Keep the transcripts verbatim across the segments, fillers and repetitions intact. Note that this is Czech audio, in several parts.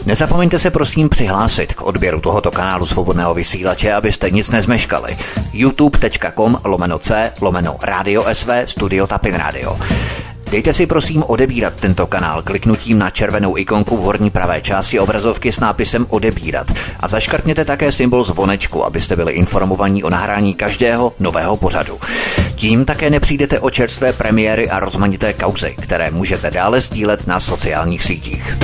Nezapomeňte se prosím přihlásit k odběru tohoto kanálu Svobodného vysílače, abyste nic nezmeškali. youtube.com lomeno c lomeno Radio S V Studio Tapin Radio. Dejte si prosím odebírat tento kanál kliknutím na červenou ikonku v horní pravé části obrazovky s nápisem odebírat a zaškrtněte také symbol zvonečku, abyste byli informovaní o nahrání každého nového pořadu. Tím také nepřijdete o čerstvé premiéry a rozmanité kauzy, které můžete dále sdílet na sociálních sítích.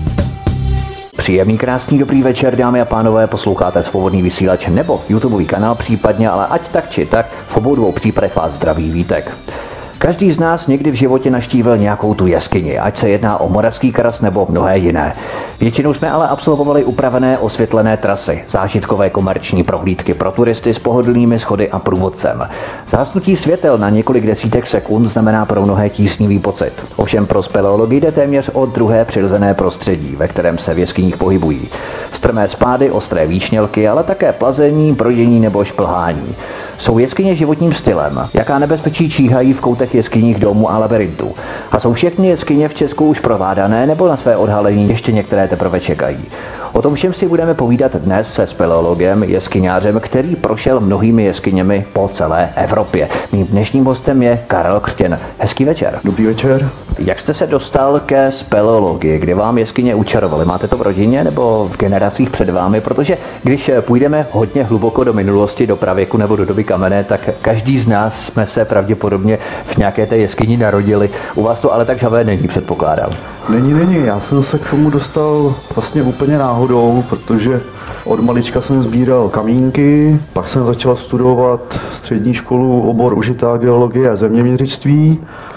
Příjemný, krásný, dobrý večer, dámy a pánové, posloucháte Svobodný vysílač nebo YouTubeový kanál případně, ale ať tak či tak, v obou dvou případech vás zdraví Vítek. Každý z nás někdy v životě navštívil nějakou tu jeskyni, ať se jedná o moravský kras nebo mnohé jiné. Většinou jsme ale absolvovali upravené osvětlené trasy, zážitkové komerční prohlídky pro turisty s pohodlnými schody a průvodcem. Zhasnutí světel na několik desítek sekund znamená pro mnohé tísnivý pocit. Ovšem pro speleology jde téměř o druhé přirozené prostředí, ve kterém se v jeskyních pohybují. Strmé spády, ostré výšnělky, ale také plazení, brodění nebo šplhání. Jsou jeskyně životním stylem? Jaká nebezpečí číhají v koutech jeskyních domů a labyrintů? A jsou všechny jeskyně v Česku už provádané nebo na své odhalení ještě některé teprve čekají? O tom všem si budeme povídat dnes se speleologem, jeskyňářem, který prošel mnohými jeskyněmi po celé Evropě. Mým dnešním hostem je Karel Křtěn. Hezký večer. Dobrý večer. Jak jste se dostal ke speleologii, kdy vám jeskyně učarovaly? Máte to v rodině nebo v generacích před vámi? Protože když půjdeme hodně hluboko do minulosti, do pravěku nebo do doby kamenné, tak každý z nás jsme se pravděpodobně v nějaké té jeskyni narodili. U vás to ale tak žhavé není, předpokládám. Není, není. Já jsem se k tomu dostal vlastně úplně náhodou, protože od malička jsem sbíral kamínky, pak jsem začal studovat střední školu obor užitá geologie a zeměměřictví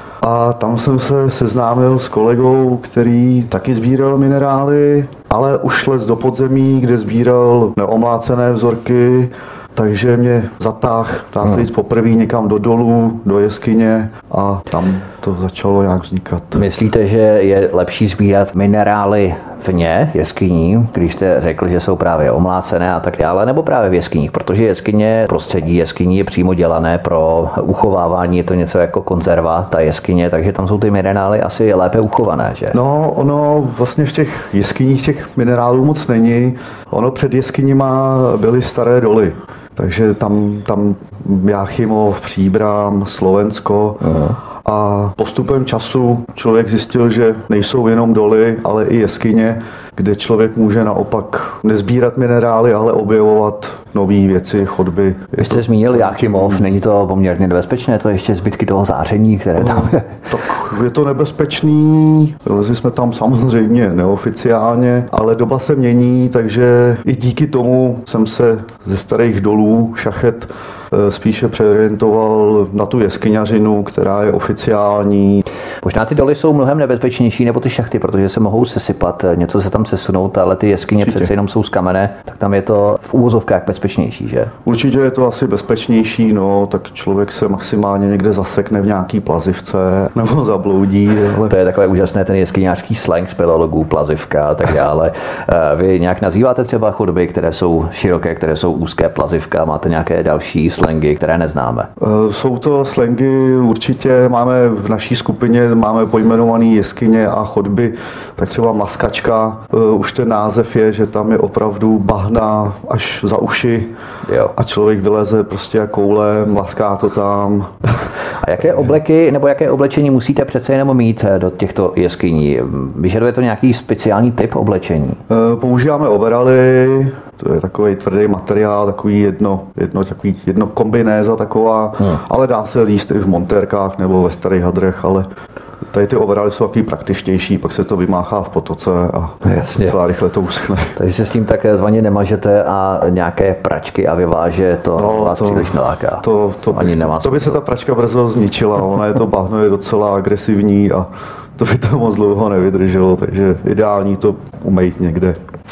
a tam jsem se seznámil s kolegou, který taky sbíral minerály, ale už les do podzemí, kde sbíral neomlácené vzorky, takže mě zatáhl, dá se říct, poprvé někam do dolů, do jeskyně a tam to začalo nějak vznikat. Myslíte, že je lepší sbírat minerály vně jeskyní, když jste řekl, že jsou právě omlácené a tak dále, nebo právě v jeskyních? Protože jeskyně, prostředí jeskyní je přímo dělané pro uchovávání, je to něco jako konzerva, ta jeskyně, takže tam jsou ty minerály asi lépe uchované, že? No, ono vlastně v těch jeskyních těch minerálů moc není. Ono před jeskyněma byly staré doly. Takže tam, tam Jáchymov, Příbram, Slovensko. Aha. A postupem času člověk zjistil, že nejsou jenom doly, ale i jeskyně, kde člověk může naopak nezbírat minerály, ale objevovat nové věci, chodby. Vy jste zmínil Jáchymov, není to poměrně nebezpečné, to je ještě zbytky toho záření, které tam je? Tak je to nebezpečný, lezli jsme tam samozřejmě neoficiálně, ale doba se mění, takže i díky tomu jsem se ze starých dolů šachet spíše přeorientoval na tu jeskyňařinu, která je oficiální. Možná ty doly jsou mnohem nebezpečnější nebo ty šachty, protože se mohou sesypat, něco se tam sesunout, ale ty jeskyně Určitě. Přece jenom jsou z kamene, tak tam je to v úvozovkách bezpečnější, že? Určitě je to asi bezpečnější, no, tak člověk se maximálně někde zasekne v nějaký plazivce nebo zabloudí. Ale... To je takové úžasné, ten jeskyňářský slang speleologů, plazivka a tak dále. Vy nějak nazýváte třeba chodby, které jsou široké, které jsou úzké, plazivka, máte nějaké další slangy, které neznáme? Jsou to slangy, určitě máme v naší skupině, máme pojmenovaný jeskyně a chodby, tak třeba Maskačka, už ten název je, že tam je opravdu bahna až za uši. Jo. A člověk vyleze prostě jak koule, maská to tam. A jaké obleky nebo jaké oblečení musíte přece jenom mít do těchto jeskyní? Vyžaduje to nějaký speciální typ oblečení? Používáme overaly, to je takový tvrdý materiál, takový jedno, jedno, takový jedno kombinéza taková, hmm. ale dá se líst i v montérkách nebo ve starých hadrech, ale tady ty overaly jsou takový praktičtější, pak se to vymáchá v potoce a docela rychle to uschne. Takže se s tím také zvaně nemažete a nějaké pračky a vyváže to no, vás to, příliš neláká. To, to, Ani nemá to by se ta pračka brzo zničila, ona je to bahno je docela agresivní a to by to moc dlouho nevydrželo, takže ideální to umejt někde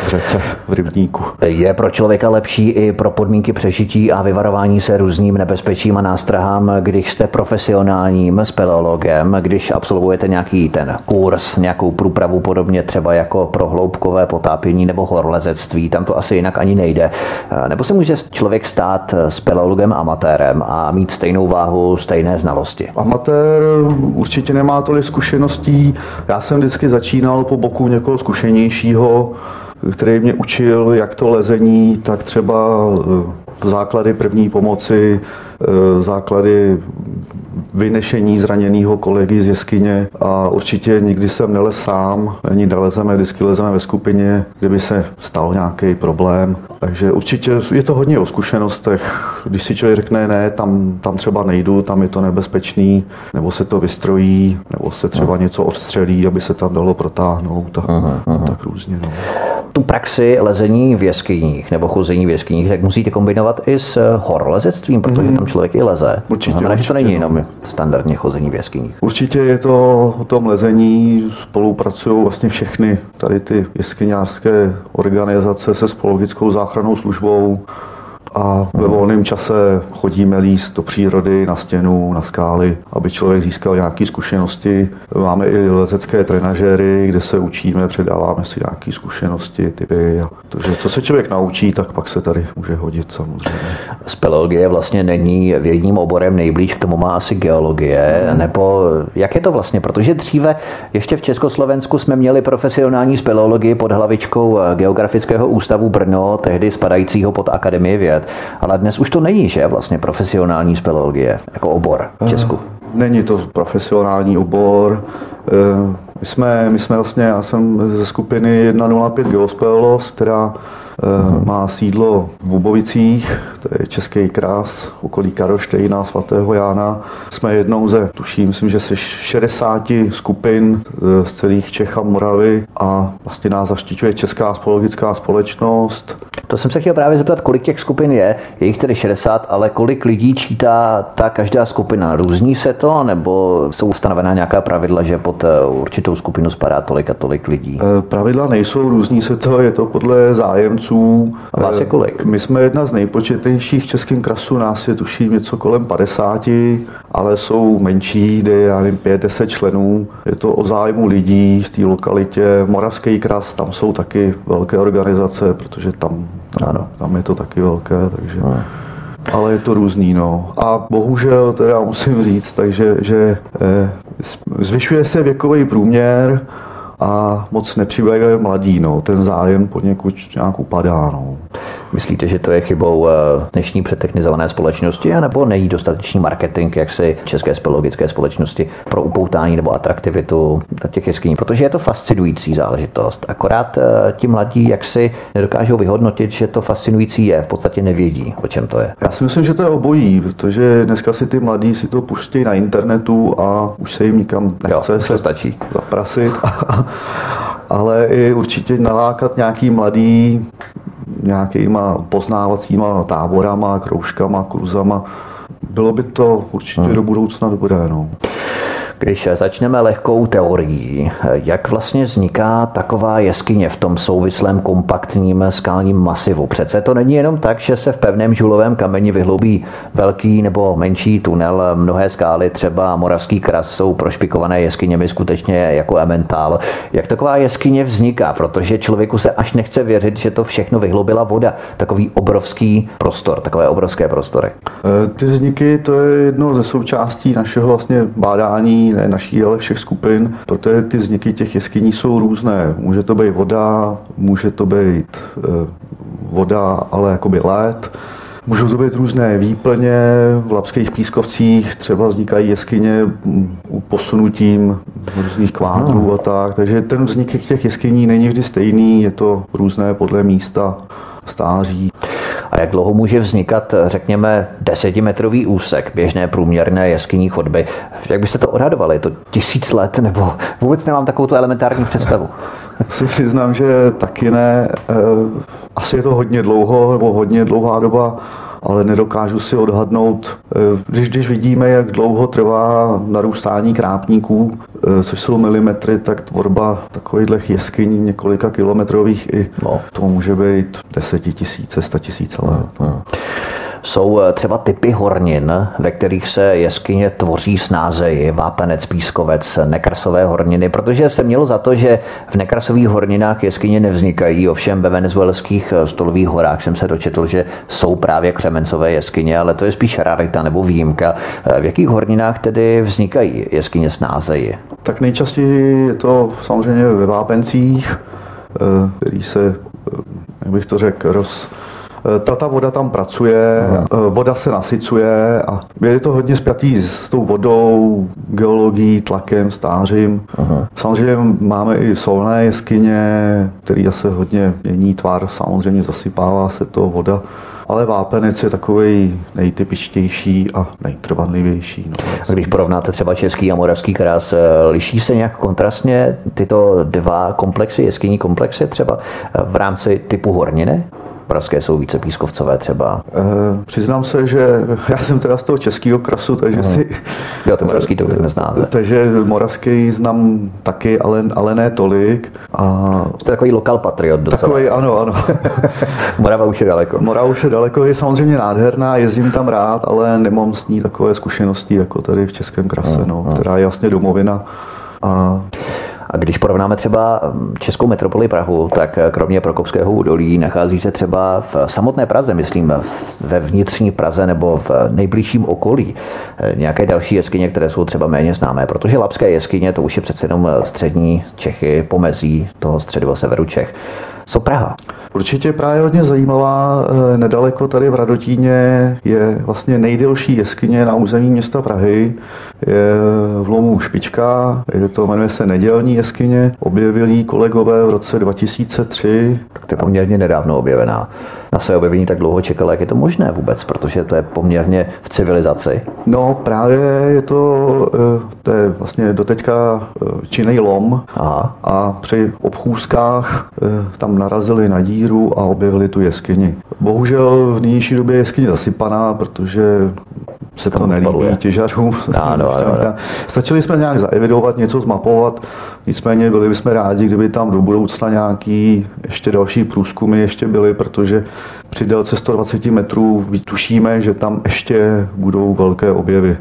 v řece, v rybníku. Je pro člověka lepší i pro podmínky přežití a vyvarování se různým nebezpečím a nástrahám, když jste profesionálním speleologem, když absolvujete nějaký ten kurz, nějakou průpravu podobně třeba jako pro hloubkové potápění nebo horolezectví, tam to asi jinak ani nejde. Nebo se může člověk stát speleologem amatérem a mít stejnou váhu, stejné znalosti? Amatér určitě nemá tolik zkušeností. Já jsem vždycky začínal po boku někoho zkušenějšího, který mě učil jak to lezení, tak třeba základy první pomoci, základy vynešení zraněného kolegy z jeskyně a určitě nikdy jsem nelez sám, ani nelezeme, vždycky lezeme ve skupině, kdyby se stal nějaký problém. Takže určitě je to hodně o zkušenostech. Když si člověk řekne, ne, tam, tam třeba nejdu, tam je to nebezpečný, nebo se to vystrojí, nebo se třeba něco odstřelí, aby se tam dalo protáhnout a, aha, aha. a tak různě. No. Tu praxi lezení v jeskyních nebo chození v jeskyních, tak musíte kombinovat i s horolezectvím, protože tam člověk i leze. Určitě, znamená, určitě, že to není no. jenom standardně chození v jeskyních. Určitě je to o tom lezení, spolupracují vlastně všechny tady ty jeskyňářské organizace se Spolologickou záchrannou službou a ve volném čase chodíme líst do přírody, na stěnu, na skály, aby člověk získal nějaké zkušenosti. Máme i lezecké trenažéry, kde se učíme, předáváme si nějaké zkušenosti, typy. Takže co se člověk naučí, tak pak se tady může hodit samozřejmě. Speleologie vlastně není vědním oborem, nejblíž k tomu má asi geologie, hmm. nebo jak je to vlastně? Protože dříve ještě v Československu jsme měli profesionální speleologii pod hlavičkou Geografického ústavu Brno, tehdy spadajícího pod Akademii věd. Ale dnes už to není, že vlastně profesionální speleologie jako obor v Česku. Není to profesionální obor. My jsme, my jsme vlastně, já jsem ze skupiny jedna nula pět Geospeolos, která uh-huh. má sídlo v Bubovicích, to je Český Kras, okolí Karlštejna, svatého Jána. Jsme jednou ze, tuším, myslím, že se šedesáti skupin z celých Čech a Moravy a vlastně nás zaštiťuje Česká speleologická společnost. To jsem se chtěl právě zeptat, kolik těch skupin je, je jich tedy šedesát, ale kolik lidí čítá ta každá skupina? Různí se to, nebo jsou stanovená nějaká pravidla, že pod určitou skupinu spadá tolik a tolik lidí? Pravidla nejsou, různí se to, je to podle zájemců. A vás je kolik? My jsme jedna z nejpočetnějších v Českém Krasu, nás je tuším něco kolem padesáti, ale jsou menší, kde já nevím, pět deset členů. Je to o zájmu lidí v té lokalitě. Moravský Kras, tam jsou taky velké organizace, protože tam, tam, tam je to taky velké, takže... No. Ale je to různý, no. A bohužel, to já musím říct, takže že eh, zvyšuje se věkový průměr a moc nepřibývají mladí, no. Ten zájem poněkud nějak upadá, no. Myslíte, že to je chybou dnešní přetechnizované společnosti, anebo není dostatečný marketing jaksi České speleologické společnosti pro upoutání nebo atraktivitu těch jeskyní? Protože je to fascinující záležitost. Akorát ti mladí jaksi nedokážou vyhodnotit, že to fascinující je, v podstatě nevědí, o čem to je. Já si myslím, že to je obojí, protože dneska si ty mladí si to pustí na internetu a už se jim nikam nechce jo, se stačí. zaprasit. Ale i určitě nalákat nějaký mladý nějakýma poznávacíma táborama, kroužkama, kruzama. Bylo by to určitě hmm. do budoucna dobré. No. Když začneme lehkou teorií, jak vlastně vzniká taková jeskyně v tom souvislém kompaktním skalním masivu? Přece to není jenom tak, že se v pevném žulovém kameni vyhloubí velký nebo menší tunel. Mnohé skály, třeba Moravský Kras, jsou prošpikované jeskyněmi skutečně jako ementál. Jak taková jeskyně vzniká? Protože člověku se až nechce věřit, že to všechno vyhloubila voda. Takový obrovský prostor, takové obrovské prostory. Ty vzniky, to je jedno ze součástí našeho vlastně bádání, ne naší, ale všech skupin, protože ty vzniky těch jeskyní jsou různé. Může to být voda, může to být e, voda, ale jakoby led. Můžou to být různé výplně, v Labských pískovcích třeba vznikají jeskyně posunutím různých kvádrů a tak. Takže ten vznik těch jeskyní není vždy stejný, je to různé podle místa stáří. A jak dlouho může vznikat, řekněme, desetimetrový úsek běžné průměrné jeskyní chodby? Jak byste to odhadovali? Je to tisíc let, nebo vůbec nemám takovou tu elementární představu? Si přiznám, že taky ne. Asi je to hodně dlouho, nebo hodně dlouhá doba, ale nedokážu si odhadnout, když, když vidíme, jak dlouho trvá narůstání krápníků, což jsou milimetry, tak tvorba takových jeskyní několika kilometrových i no. to může být desetitisíce, statisíce let. Hmm. Jsou třeba typy hornin, ve kterých se jeskyně tvoří snázeji, vápenec, pískovec, nekrasové horniny, protože se mělo za to, že v nekrasových horninách jeskyně nevznikají, ovšem ve venezuelských stolových horách jsem se dočetl, že jsou právě křemencové jeskyně, ale to je spíš rarita nebo výjimka. V jakých horninách tedy vznikají jeskyně snázeji? Tak nejčastěji je to samozřejmě ve vápencích, který se, jak bych to řekl, roz... Ta, ta voda tam pracuje, Aha. voda se nasycuje a je to hodně spjatý s tou vodou, geologií, tlakem, stářím. Aha. Samozřejmě máme i solné jeskyně, který zase hodně mění tvar, samozřejmě zasypává se to voda. Ale vápenec je takový nejtypičtější a nejtrvanlivější. No. A když porovnáte třeba český a moravský kras, liší se nějak kontrastně tyto dva komplexy, jeskyní komplexy třeba v rámci typu horniny? Moravské jsou více pískovcové třeba. E, přiznám se, že já jsem teda z toho českého krasu, takže hmm. si... Jo, to moravský to už neznáte. Takže moravský znám taky, ale, ale ne tolik. A... Jste takový lokal patriot docela. Takový, ano, ano. Morava už je daleko. Morava už je daleko, je samozřejmě nádherná, jezdím tam rád, ale nemám s ní takové zkušenosti, jako tady v českém krase, hmm. no, která je jasně domovina. A... A když porovnáme třeba českou metropoli Prahu, tak kromě Prokopského údolí nachází se třeba v samotné Praze, myslím ve vnitřní Praze nebo v nejbližším okolí nějaké další jeskyně, které jsou třeba méně známé, protože Labské jeskyně to už je přece jenom střední Čechy, pomezí toho středu a severu Čech. Co Praha? Určitě Praha je hodně zajímavá. Nedaleko tady v Radotíně je vlastně nejdelší jeskyně na území města Prahy. Je v lomu Špička, je to, jmenuje se Nedělní jeskyně. Objevili ji kolegové v roce dva tisíce tři. Tak to je poměrně nedávno objevená. Na své objevení tak dlouho čekala, jak je to možné vůbec, protože to je poměrně v civilizaci. No právě je to, to je vlastně doteďka činný lom. Aha. A při obchůzkách tam narazili na díru a objevili tu jeskyni. Bohužel v nynější době je jeskyně zasypaná, protože se to nelíbí těžařům. Ano, ano, ano. Stačili jsme nějak zaevidovat, něco zmapovat, nicméně byli bychom rádi, kdyby tam do budoucna nějaký ještě další průzkumy ještě byly, protože při délce sto dvacet metrů vytušíme, že tam ještě budou velké objevy.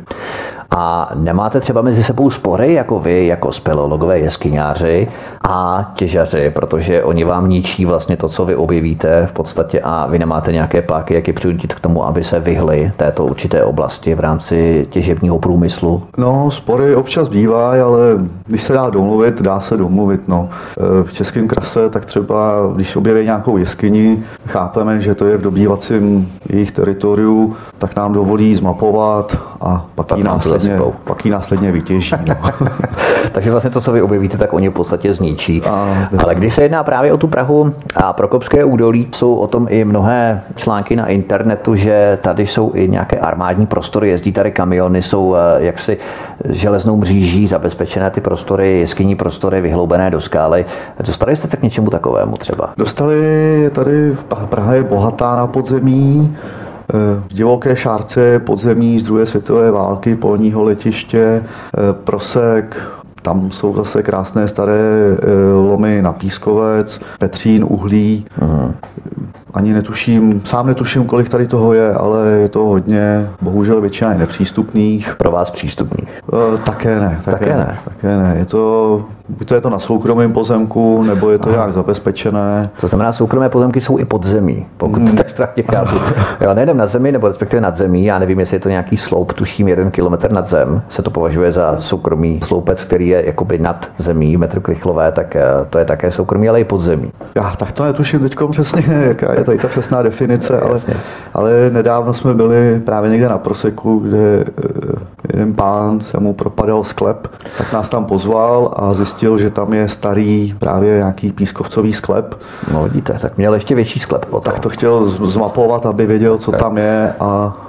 A nemáte třeba mezi sebou spory, jako vy, jako speleologové jeskyňáři a těžaři, protože oni vám ničí vlastně to, co vy objevíte v podstatě a vy nemáte nějaké páky, jak je přinutit k tomu, aby se vyhli této určité oblasti v rámci těžebního průmyslu? No, spory občas bývají, ale když se dá domluvit, dá se domluvit. No. V českém krase tak třeba, když objeví nějakou jeskyni, chápeme, že to je v dobývacím jejich teritoriu, tak nám dovolí zmapovat a pak ji následně, pak ji následně vytěží. No. Takže vlastně to, co vy objevíte, tak oni v podstatě zničí. A, ale když se jedná právě o tu Prahu a Prokopské údolí, jsou o tom i mnohé články na internetu, že tady jsou i nějaké armádní prostory, jezdí tady kamiony, jsou jaksi železnou mříží zabezpečené ty prostory, jeskyní prostory vyhloubené do skály. Dostali jste se k něčemu takovému třeba? Dostali, tady Praha je bohatá na podzemí. V divoké šárce podzemí z druhé světové války, polního letiště, Prosek, tam jsou zase krásné staré lomy na pískovec, Petřín, uhlí. Aha. Ani netuším, sám netuším, kolik tady toho je, ale je to hodně, bohužel většina je nepřístupných. Pro vás přístupných? E, také ne. Také, také ne. Také ne. Je to, buď to je to na soukromém pozemku, nebo je to Aha. nějak zabezpečené. To znamená, soukromé pozemky jsou i pod zemí, pokud hmm. tak správně chápu. Jo, nejenom na zemi, nebo respektive nad zemí, já nevím, jestli je to nějaký sloup, tuším jeden kilometr nad zem, se to považuje za soukromý sloupec, který je jakoby nad zemí, metr krychlové, tak to je také soukromí, ale i pod zemí. Já tak to netuším teďkom přesně, jaká je tady ta přesná definice, ale, ale nedávno jsme byli právě někde na Proseku, kde jeden pán se mu propadal sklep, tak nás tam pozval a zjistil, že tam je starý právě nějaký pískovcový sklep. No vidíte, tak měl ještě větší sklep potom. Tak to chtěl zmapovat, aby věděl, co tak. tam je a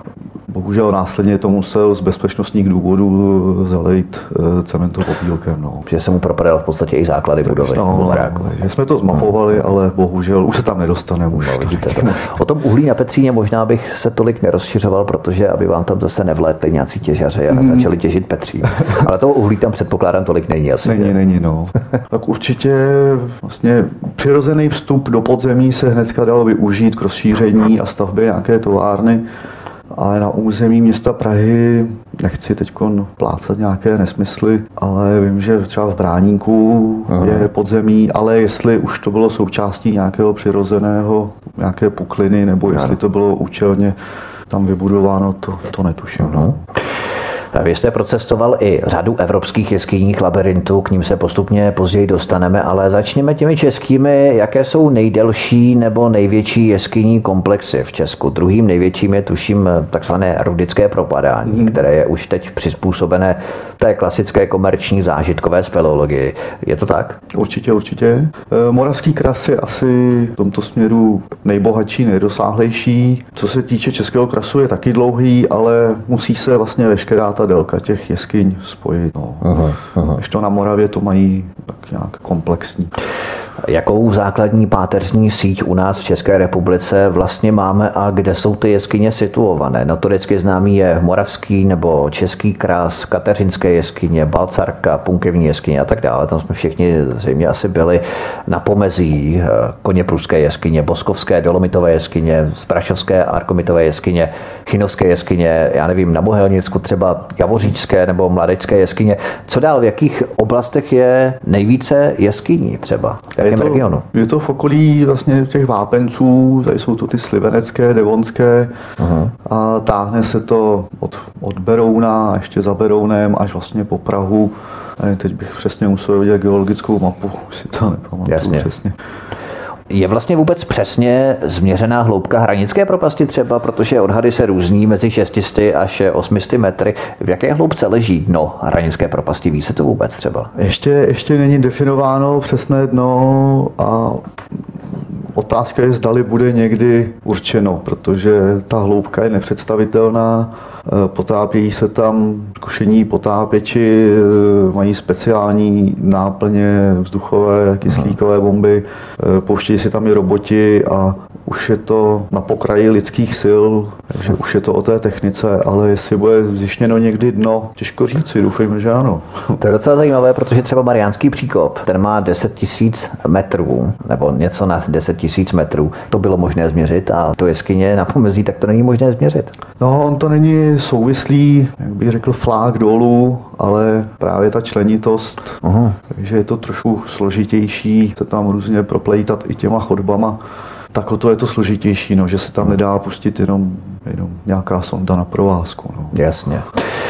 bohužel následně to musel z bezpečnostních důvodů zalejt cementopopílkem. No. Že se mu propadaly v podstatě i základy budovy. No, no, jsme to zmapovali, hmm. ale bohužel už se tam nedostaneme. Už no, o tom uhlí na Petříně možná bych se tolik nerozšiřoval, protože aby vám tam zase nevlétli nějací těžaři a nezačali hmm. těžit Petřín. Ale toho uhlí tam předpokládám tolik není asi. Není, není, no. Tak určitě vlastně přirozený vstup do podzemí se hnedka dalo využít k rozšíření a stavbě nějaké továrny. Ale na území města Prahy nechci teď plácat nějaké nesmysly, ale vím, že třeba v Bráníku Aha. je podzemí, ale jestli už to bylo součástí nějakého přirozeného, nějaké pukliny, nebo jestli to bylo účelně tam vybudováno, to, to netuším. No. Vy jste procestoval i řadu evropských jeskyních labyrintů, k ním se postupně později dostaneme, ale začněme těmi českými. Jaké jsou nejdelší nebo největší jeskyní komplexy v Česku? Druhým největším je, tuším, takzvané Rudické propadání, hmm. které je už teď přizpůsobené té klasické komerční zážitkové speleologii. Je to tak? Určitě, určitě. Moravský kras je asi v tomto směru nejbohatší, nejdosáhlejší. Co se týče Českého krasu, je taky dlouhý, ale musí se vlastně veškerá ta délka těch jeskyň spojit. No. Aha, aha. Ještě na Moravě to mají tak nějak komplexní. Jakou základní páteřní síť u nás v České republice vlastně máme a kde jsou ty jeskyně situované? Notoricky známý je Moravský nebo Český kras, Kateřinské jeskyně, Balcarka, Punkevní jeskyně a tak dále. Tam jsme všichni zřejmě asi byli na pomezí Koněpruské jeskyně, Boskovské, Dolomitové jeskyně, Sprašovské, Arkomitové jeskyně, Chinovské jeskyně, já nevím, na Bohelnicku třeba Javoříčské nebo Mladečské jeskyně. Co dál, v jakých oblastech je nejvíce jeskyní třeba? Je to, regionu? Je to v okolí vlastně těch vápenců, tady jsou to ty slivenecké, devonské Aha. a táhne se to od, od Berouna, ještě za Berounem až vlastně po Prahu. A teď bych přesně musel vidět geologickou mapu, už si to nepamatuju přesně. Je vlastně vůbec přesně změřená hloubka Hranické propasti třeba, protože odhady se různí mezi šest set až osm set metry. V jaké hloubce leží dno Hranické propasti? Ví se to vůbec třeba? Ještě, ještě není definováno přesné dno a otázka je, zdali bude někdy určeno, protože ta hloubka je nepředstavitelná. Potápějí se tam zkušení potápěči, mají speciální náplně vzduchové, kyslíkové bomby, pouštějí si tam i roboti a už je to na pokraji lidských sil, takže už je to o té technice, ale jestli bude zjištěno někdy dno, těžko říci, doufejme, že ano. To je docela zajímavé, protože třeba Mariánský příkop, ten má deset tisíc metrů, nebo něco na deset tisíc metrů. To bylo možné změřit a to jeskyně na pomezí, tak to není možné změřit. No, on to není souvislý, jak bych řekl, flák dolů, ale právě ta členitost, Aha. takže je to trošku složitější, se tam různě proplejtat i těma chodbama. Tak o to je to složitější, no, že se tam nedá pustit jenom, jenom nějaká sonda na provázku. No. Jasně.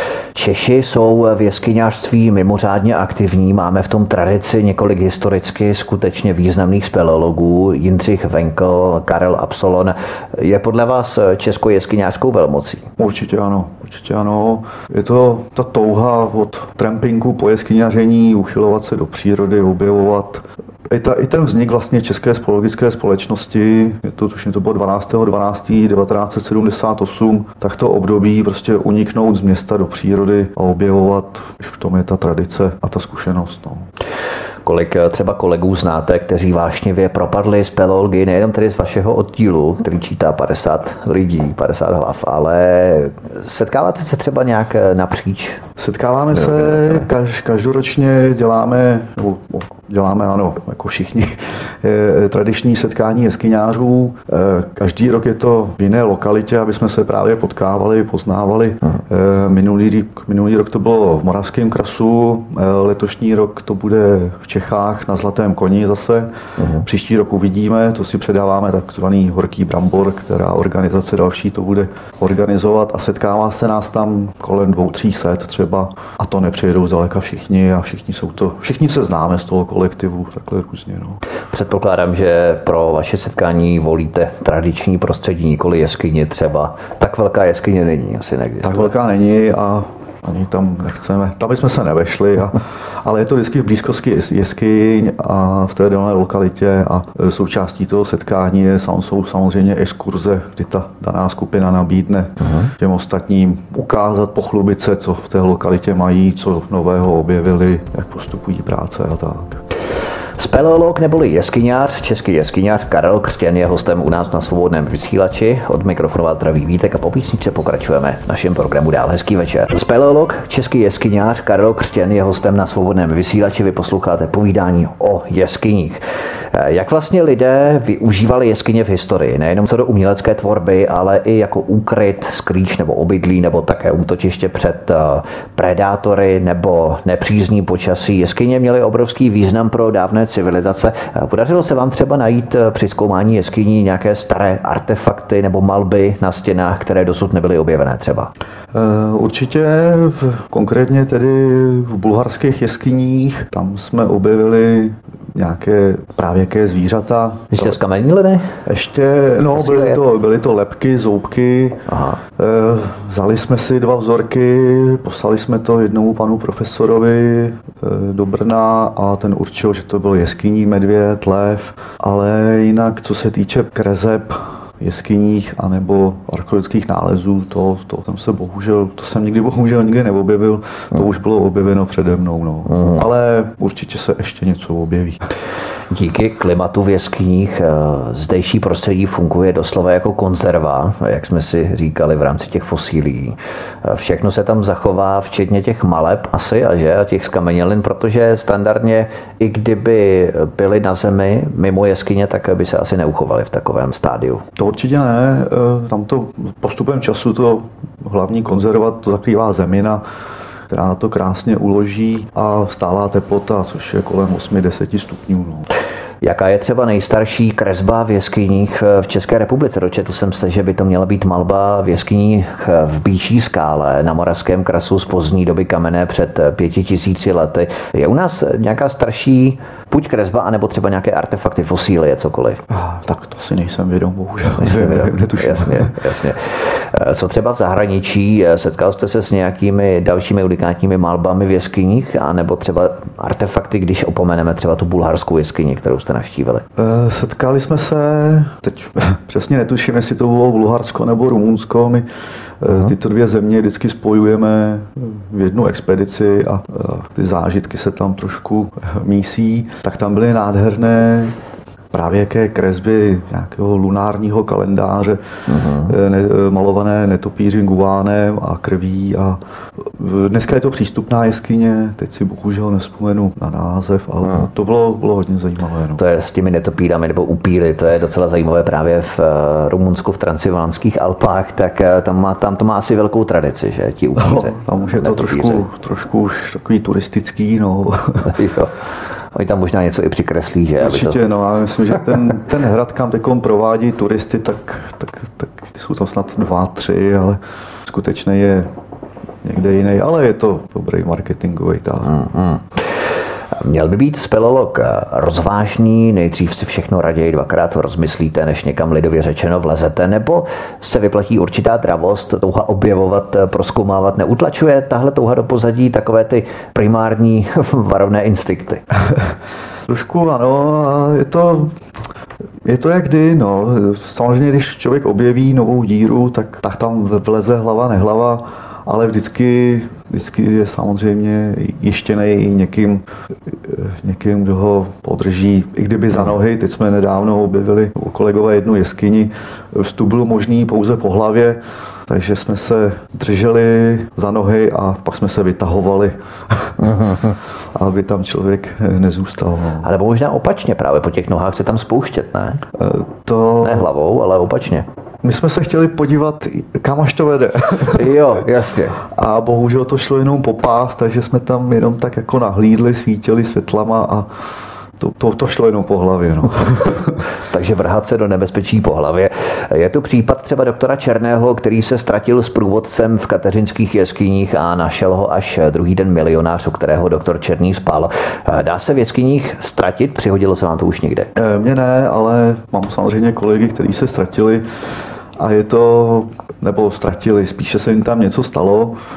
Češi jsou v jeskyňářství mimořádně aktivní. Máme v tom tradici několik historicky skutečně významných speleologů. Jindřich Venkl, Karel Absolon. Je podle vás Česko jeskyňářskou velmocí? Určitě ano. Určitě ano. Je to ta touha od trampinku po jeskyňaření, uchylovat se do přírody, objevovat. I, ta, I ten vznik vlastně České speleologické společnosti, je to, tuším, to bylo dvanáctého dvanáctého devatenáct set sedmdesát osm, tak to období prostě uniknout z města do přírody a objevovat, v tom je ta tradice a ta zkušenost. No. Kolik třeba kolegů znáte, kteří vášnivě propadli speleologii, nejenom tedy z vašeho oddílu, který čítá padesát lidí, padesát hlav, ale setkáváte se třeba nějak napříč? Setkáváme se, kaž, každoročně děláme, nebo děláme, ano, jako všichni, tradiční setkání jeskyňářů. Každý rok je to v jiné lokalitě, aby jsme se právě potkávali, poznávali. Aha. Minulý, minulý rok to bylo v Moravském krasu, letošní rok to bude v Čechách na Zlatém koni zase. Aha. Příští rok uvidíme, to si předáváme takzvaný Horký brambor, která organizace další to bude organizovat a setkává se nás tam kolem dvou, tří set třeba a to nepřijedou zdaleka všichni a všichni jsou to, všichni se známe z toho kolektivu, takhle různě. No. Předpokládám, že pro vaše setkání volíte tradiční prostředí, nikoli jeskyně třeba. Tak velká jeskyně není, asi neexistuje. Tak velká není a ani tam nechceme, tam bychom se nevešli, a, ale je to vždycky v blízkosti jeskyň a v té dané lokalitě a součástí toho setkání je, jsou samozřejmě exkurze, kdy ta daná skupina nabídne uh-huh. těm ostatním ukázat, pochlubit se, co v té lokalitě mají, co nového objevili, jak postupují práce a tak. Speleolog neboli jeskyňář, český jeskyňář Karel Křtěn je hostem u nás na Svobodném vysílači. Od mikrofonu zdraví Vítek a po písničce pokračujeme v našem programu dál. Hezký večer. Speleolog, český jeskyňář Karel Křtěn je hostem na Svobodném vysílači. Vy posloucháte povídání o jeskyních. Jak vlastně lidé využívali jeskyně v historii, nejenom co do umělecké tvorby, ale i jako úkryt, skrýč nebo obydlí, nebo také útočiště před predátory nebo nepřízní počasí. Jeskyně měly obrovský význam pro dávné civilizace. Podařilo se vám třeba najít při zkoumání jeskyní nějaké staré artefakty nebo malby na stěnách, které dosud nebyly objevené třeba? Určitě, v, konkrétně tedy v bulharských jeskyních, tam jsme objevili nějaké pravěké zvířata. Jste zkamenili? Ještě, no, byly to, byly to lebky, zoubky. Aha. E, vzali jsme si dva vzorky, poslali jsme to jednomu panu profesorovi e, do Brna a ten určil, že to byl jeskyní medvěd, lev, ale jinak, co se týče kreseb jeskyních anebo archeologických nálezů, to, to tam se bohužel, to jsem nikdy bohužel nikdy neobjevil, to už bylo objeveno přede mnou, no. Mm. Ale určitě se ještě něco objeví. Díky klimatu v jeskyních zdejší prostředí funguje doslova jako konzerva, jak jsme si říkali v rámci těch fosílií. Všechno se tam zachová, včetně těch maleb asi a že a těch zkamenělin, protože standardně i kdyby byly na zemi mimo jeskyně, tak by se asi neuchovaly v takovém stádiu. To určitě ne. Tam to postupem času to hlavní konzerva to zakrývá zemina, která to krásně uloží a stálá teplota, což je kolem osm až deset stupňů. No. Jaká je třeba nejstarší kresba v jeskyních v České republice? Dočetl jsem se, že by to měla být malba v jeskyních v Býčí skále na Moravském krasu z pozdní doby kamenné před pěti tisíci lety. Je u nás nějaká starší buď kresba, anebo třeba nějaké artefakty, fosílie, cokoliv? Ah, tak to si nejsem vědom, bohužel. Nejsem vědom. Jasně, jasně. Co třeba v zahraničí? Setkal jste se s nějakými dalšími unikátními malbami v jeskyních, anebo třeba artefakty, když opomeneme třeba tu bulharskou jeskyni, kterou jste navštívili? Setkali jsme se, teď přesně netuším, jestli to bylo Bulharsko nebo Rumunsko, my tyto dvě země vždycky spojujeme v jednu expedici a ty zážitky se tam trošku mísí, tak tam byly nádherné pravěké kresby nějakého lunárního kalendáře, uh-huh. ne, malované netopířím, guvánem a krví. A dneska je to přístupná jeskyně, teď si bohužel nevzpomenu na název, ale uh-huh. to bylo, bylo hodně zajímavé. No. To je s těmi netopírami nebo upíry, to je docela zajímavé právě v Rumunsku, v Transylvánských Alpách, tak tam, má, tam to má asi velkou tradici, že ti upíři. No, tam už je to trošku, trošku už takový turistický, no. Jo. Oni tam možná něco i přikreslí, že? Určitě, to... no, já myslím, že ten, ten hrad, kam teďkom provádí turisty, tak, tak, tak jsou tam snad dva, tři, ale skutečně je někde jiný, ale je to dobrý marketingový tah. Mm-hmm. Měl by být speleolog rozvážný, nejdřív si všechno raději dvakrát rozmyslíte, než někam lidově řečeno vlezete, nebo se vyplatí určitá dravost, touha objevovat, prozkoumávat, neutlačuje tahle touha do pozadí takové ty primární varovné instinkty? Trošku ano, je to... Je to jak kdy, no. Samozřejmě, když člověk objeví novou díru, tak, tak tam vleze hlava, nehlava, ale vždycky, vždycky je samozřejmě jištěnej někým, někým, kdo ho podrží. I kdyby za nohy, teď jsme nedávno objevili u kolegové jednu jeskyni, vstup byl možný pouze po hlavě, takže jsme se drželi za nohy a pak jsme se vytahovali, aby tam člověk nezůstal. No. Ale možná opačně, právě po těch nohách se tam spouštět, ne? To... Ne hlavou, ale opačně. My jsme se chtěli podívat, kam až to vede. Jo, jasně. A bohužel to šlo jenom po pás, takže jsme tam jenom tak jako nahlídli, svítili světlama a to, to, to šlo jenom po hlavě. No. Takže vrhat se do nebezpečí po hlavě. Je tu případ třeba doktora Černého, který se ztratil s průvodcem v kateřinských jeskyních a našel ho až druhý den milionář, u kterého doktor Černý spal. Dá se v jeskyních ztratit? Přihodilo se vám to už někde? Mně ne, ale mám samozřejmě kolegy, kteří se ztratili a je to, nebo ztratili, spíše se jim tam něco stalo.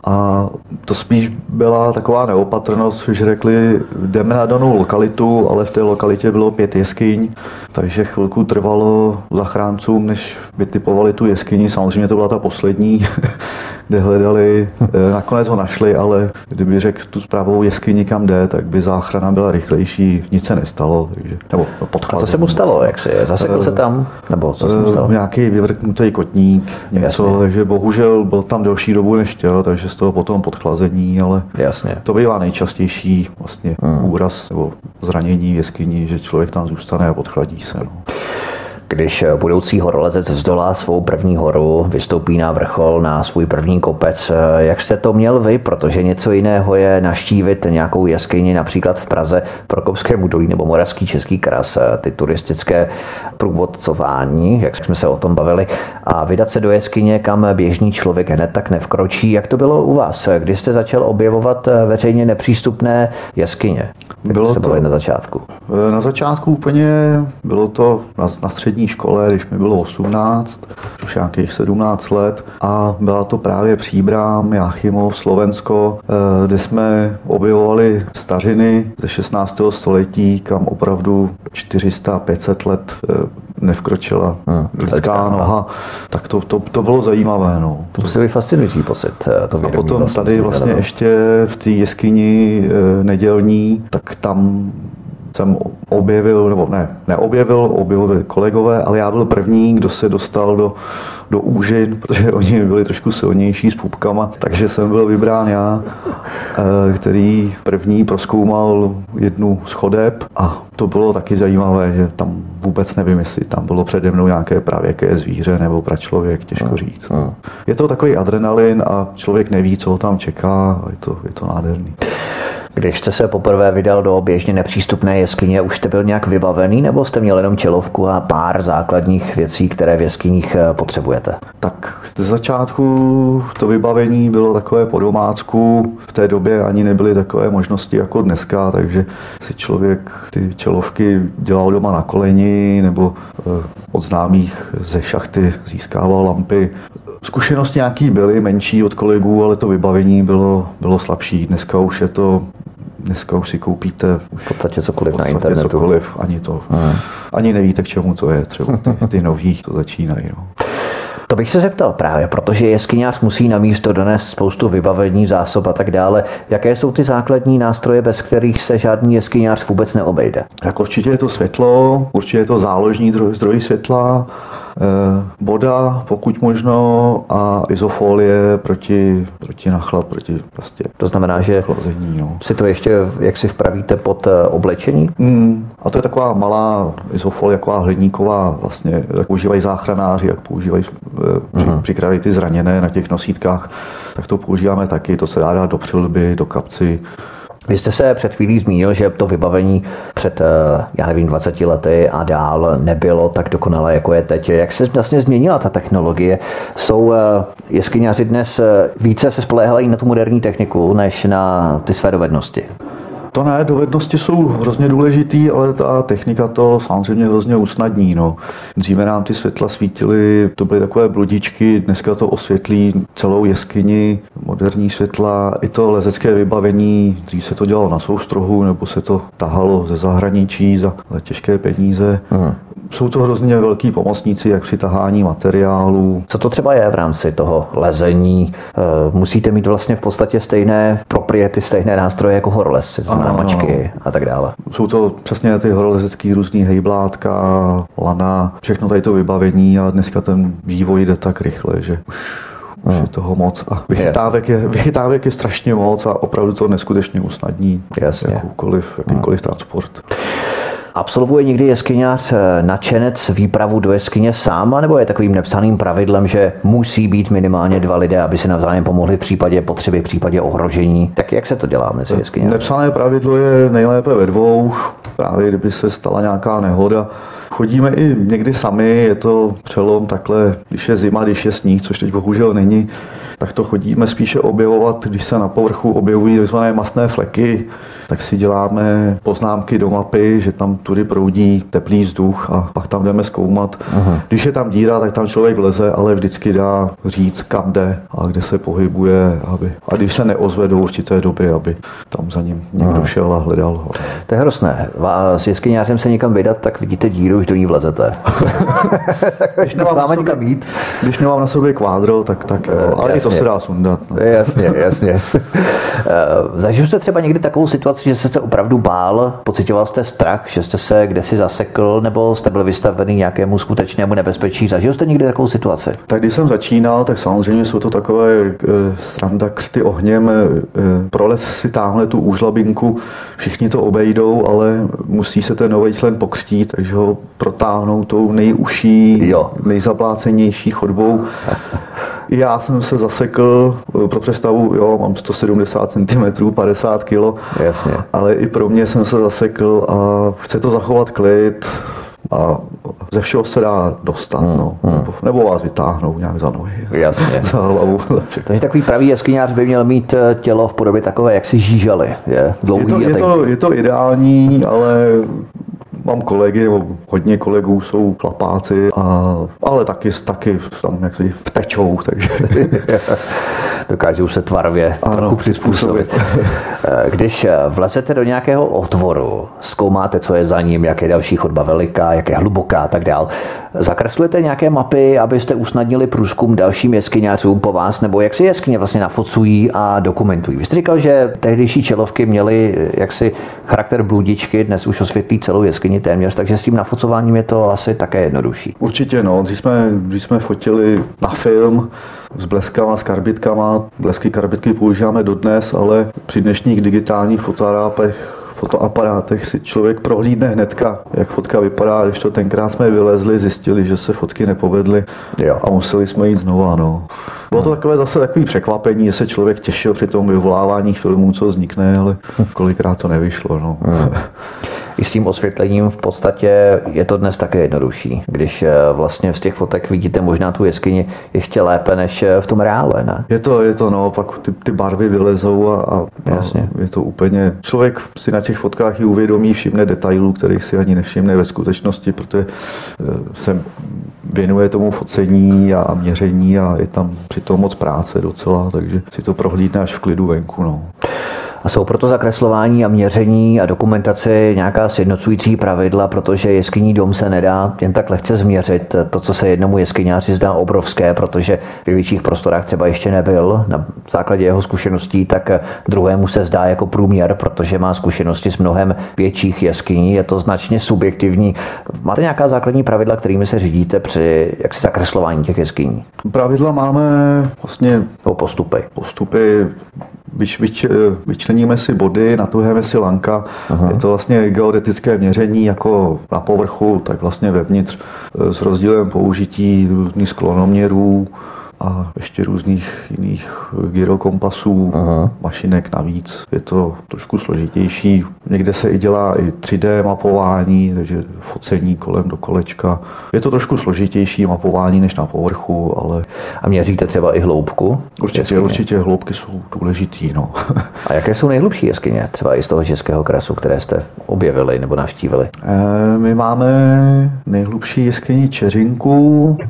A to spíš byla taková neopatrnost, že řekli, jdeme na danou lokalitu, ale v té lokalitě bylo pět jeskyň, takže chvilku trvalo zachráncům, než vytipovali tu jeskyni. Samozřejmě to byla ta poslední, kde hledali, nakonec ho našli, ale kdyby řekl tu správnou jeskyni, kam jde, tak by záchrana byla rychlejší, nic se nestalo. Takže, nebo a co se mu stalo, jak si je? Zasekl se tam? Nebo co se mu stalo? Nějaký vyvrknutý kotník, něco, takže bohužel byl tam delší dobu než chtěl, takže z toho potom podchlazení, ale Jasně. to bývá nejčastější vlastně hmm. úraz nebo zranění v jeskyni, že člověk tam zůstane a podchladí se. No. Když budoucí horolezec zdolá svou první horu, vystoupí na vrchol, na svůj první kopec, jak jste to měl vy? Protože něco jiného je navštívit nějakou jeskyni například v Praze, Prokopském údolí nebo Moravský Český Kras, ty turistické průvodcování, jak jsme se o tom bavili, a vydat se do jeskyně, kam běžný člověk hned tak nevkročí. Jak to bylo u vás, kdy jste začal objevovat veřejně nepřístupné jeskyně? Bylo to bylo na začátku? Na začátku úplně bylo to na, na střední škole, když mi bylo osmnáct, už nějakých sedmnáct let, a byla to právě Příbram, Jáchymov, Slovensko, kde jsme objevovali stařiny ze šestnáctého století, kam opravdu čtyři sta pět set let nevkročila hmm, lidská noha. Tak to, to, to bylo zajímavé. No. To musí být fascinující pocit. To a potom vlastně tady vlastně ještě v té jeskyni nedělní, tak tam jsem objevil, nebo ne, neobjevil, objevili kolegové, ale já byl první, kdo se dostal do, do úžin, protože oni byli trošku silnější s pupkama, takže jsem byl vybrán já, který první prozkoumal jednu z chodeb, a to bylo taky zajímavé, že tam vůbec nevím, jestli tam bylo přede mnou nějaké pravěké zvíře nebo pračlověk, těžko říct. Je to takový adrenalin a člověk neví, co ho tam čeká, a je to, je to nádherný. Když jste se poprvé vydal do běžně nepřístupné jeskyně, už jste byl nějak vybavený, nebo jste měl jenom čelovku a pár základních věcí, které v jeskyních potřebujete? Tak ze začátku to vybavení bylo takové po domácku. V té době ani nebyly takové možnosti jako dneska, takže si člověk ty čelovky dělal doma na koleni nebo od známých ze šachty získával lampy. Zkušenosti nějaký byly, menší od kolegů, ale to vybavení bylo, bylo slabší. Dneska už je to, dneska už si koupíte už v podstatě cokoliv v podstatě na internetu. Cokoliv, ani to, hmm. ani nevíte, k čemu to je. Třeba ty, ty nový to začínají. No. To bych se zeptal právě, protože jeskyňář musí na místo donést spoustu vybavení, zásob a tak dále. Jaké jsou ty základní nástroje, bez kterých se žádný jeskyňář vůbec neobejde? Tak určitě je to světlo, určitě je to záložní zdroj světla, voda, pokud možno, a izofolie proti, proti nachlad, proti prostě. To znamená, že chlazení, no. si to ještě, jak si vpravíte, pod oblečení? Mm, a to je taková malá izofolie, taková hliníková, vlastně, jak používají záchranáři, jak používají, uh-huh. přikraví ty zraněné na těch nosítkách, tak to používáme taky, to se dá dát do přilby, do kapsy. Vy jste se před chvílí zmínil, že to vybavení před, já nevím, dvaceti lety a dál nebylo tak dokonalé, jako je teď. Jak se vlastně změnila ta technologie? Jsou jeskyňaři dnes více se spoléhají na tu moderní techniku, než na ty své dovednosti? To ne, dovednosti jsou hrozně důležitý, ale ta technika to samozřejmě hrozně usnadní. No. Dříve nám ty světla svítily, to byly takové bludičky, dneska to osvětlí celou jeskyni, moderní světla, i to lezecké vybavení, dřív se to dělalo na soustrohu, nebo se to tahalo ze zahraničí za, za těžké peníze. Hmm. Jsou to hrozně velký pomocníci, jak při tahání materiálů. Co to třeba je v rámci toho lezení? Musíte mít vlastně v podstatě stejné propriety, stejné nástroje jako horolezci, známačky a tak dále. Jsou to přesně ty horolezecký různý hejblátka, lana, všechno tady to vybavení, a dneska ten vývoj jde tak rychle, že už Už je toho moc a vychytávek je, vychytávek je strašně moc a opravdu to neskutečně usnadní jakoukoliv, jakýkoliv transport. Absolvuje někdy jeskyňář nadšenec výpravu do jeskyně sám, nebo je takovým nepsaným pravidlem, že musí být minimálně dva lidé, aby si navzájem pomohli v případě potřeby, v případě ohrožení? Tak jak se to dělá mezi jeskyňáři? Nepsané pravidlo je nejlépe ve dvou, právě kdyby se stala nějaká nehoda. Chodíme i někdy sami, je to přelom takhle, když je zima, když je sníh, což teď bohužel není, tak to chodíme spíše objevovat, když se na povrchu objevují tzv. Mastné fleky, tak si děláme poznámky do mapy, že tam tudy proudí teplý vzduch a pak tam jdeme zkoumat. Aha. Když je tam díra, tak tam člověk leze, ale vždycky dá říct, kam jde a kde se pohybuje. Aby, a když se neozve do určité doby, aby tam za ním někdo Aha. šel a hledal ho. To je hrozné. S jeskyňářem se někam vydat, tak vidíte díru, už do ní vlezete. když, nemám na sobě, když nemám na sobě kvádro, tak, tak jo, ale i to se dá sundat. No. Jasně, jasně. Zažil jste třeba někdy takovou situaci, že jste se opravdu bál, pocitoval jste strach, že jste se kdesi zasekl, nebo jste byl vystavený nějakému skutečnému nebezpečí? Zažil jste někdy takovou situaci? Tak když jsem začínal, tak samozřejmě jsou to takové e, sranda křty ohněm, e, proles si táhne tu úžlabinku, všichni to obejdou, ale musí se ten nový člen pokřtít, takže ho protáhnou tou nejužší, jo. nejzaplácenější chodbou. Já jsem se zasekl, pro představu, jo, mám sto sedmdesát centimetrů, padesát kilo, Jasně. ale i pro mě jsem se zasekl a chce to zachovat klid a ze všeho se dá dostat, hmm, no. hmm. Nebo, nebo vás vytáhnou nějak za nohy. Jasně. Za hlavu. Takže takový pravý jeskyňář by měl mít tělo v podobě takové, jak si žížaly. Je, dlouhý je, to, je, to, je to ideální, ale mám kolegy, nebo hodně kolegů jsou chlapáci, a, ale taky, taky tam jak si vtečou, takže dokážou se tvarově ano, trochu přizpůsobit. Když vlezete do nějakého otvoru, zkoumáte, co je za ním, jak je další chodba veliká, jak je hluboká a tak dál. Zakreslujete nějaké mapy, abyste usnadnili průzkum dalším jeskyňářům po vás, nebo jak si jeskyně vlastně nafocují a dokumentují? Vy jste říkal, že tehdejší čelovky měly jaksi charakter bludičky, dnes už osvětlí celou jeskyni téměř, takže s tím nafocováním je to asi také jednodušší. Určitě, no. Když jsme, když jsme fotili na film s bleskama, s karbitkama, blesky, karbitky používáme dodnes, ale při dnešních digitálních fotoaparátech fotoaparátech si člověk prohlídne hnedka, jak fotka vypadá, když to tenkrát jsme vylezli, zjistili, že se fotky nepovedly jo. a museli jsme jít znova. No. Bylo to takové zase takové překvapení, že se člověk těšil při tom vyvolávání filmů, co vznikne, ale kolikrát to nevyšlo. No. Hmm. I s tím osvětlením v podstatě je to dnes také jednodušší, když vlastně z těch fotek vidíte možná tu jeskyni ještě lépe než v tom reále, ne? Je to, je to, no, pak ty, ty barvy vylezou a, a, Jasně. a je to úplně, člověk si na těch fotkách i uvědomí, všimne detailů, kterých si ani nevšimne ve skutečnosti, protože se věnuje tomu focení a měření a je tam přitom moc práce docela, takže si to prohlídne až v klidu venku, no. A jsou proto zakreslování a měření a dokumentaci nějaká sjednocující pravidla, protože jeskyní dom se nedá jen tak lehce změřit. To, co se jednomu jeskyňáři zdá obrovské, protože v větších prostorách třeba ještě nebyl na základě jeho zkušeností, tak druhému se zdá jako průměr, protože má zkušenosti s mnohem větších jeskyní. Je to značně subjektivní. Máte nějaká základní pravidla, kterými se řídíte při jaksi zakreslování těch jeskyní? Pravidla máme vlastně o postupy. Postupy Vyč, vyč, vyčleníme si body, natuhujeme si lanka. Aha. Je to vlastně geodetické měření jako na povrchu, tak vlastně vevnitř s rozdílem použití různých sklonoměrů a ještě různých jiných gyrokompasů, Aha. mašinek navíc. Je to trošku složitější. Někde se i dělá i tři dé mapování, takže focení kolem do kolečka. Je to trošku složitější mapování než na povrchu, ale... A měříte třeba i hloubku? Určitě, jeskyně? Určitě hloubky jsou důležitý, no. A jaké jsou nejhlubší jeskyně? Třeba i z toho českého krasu, které jste objevili nebo navštívili? E, my máme nejhlubší jeskyni Čeřinku.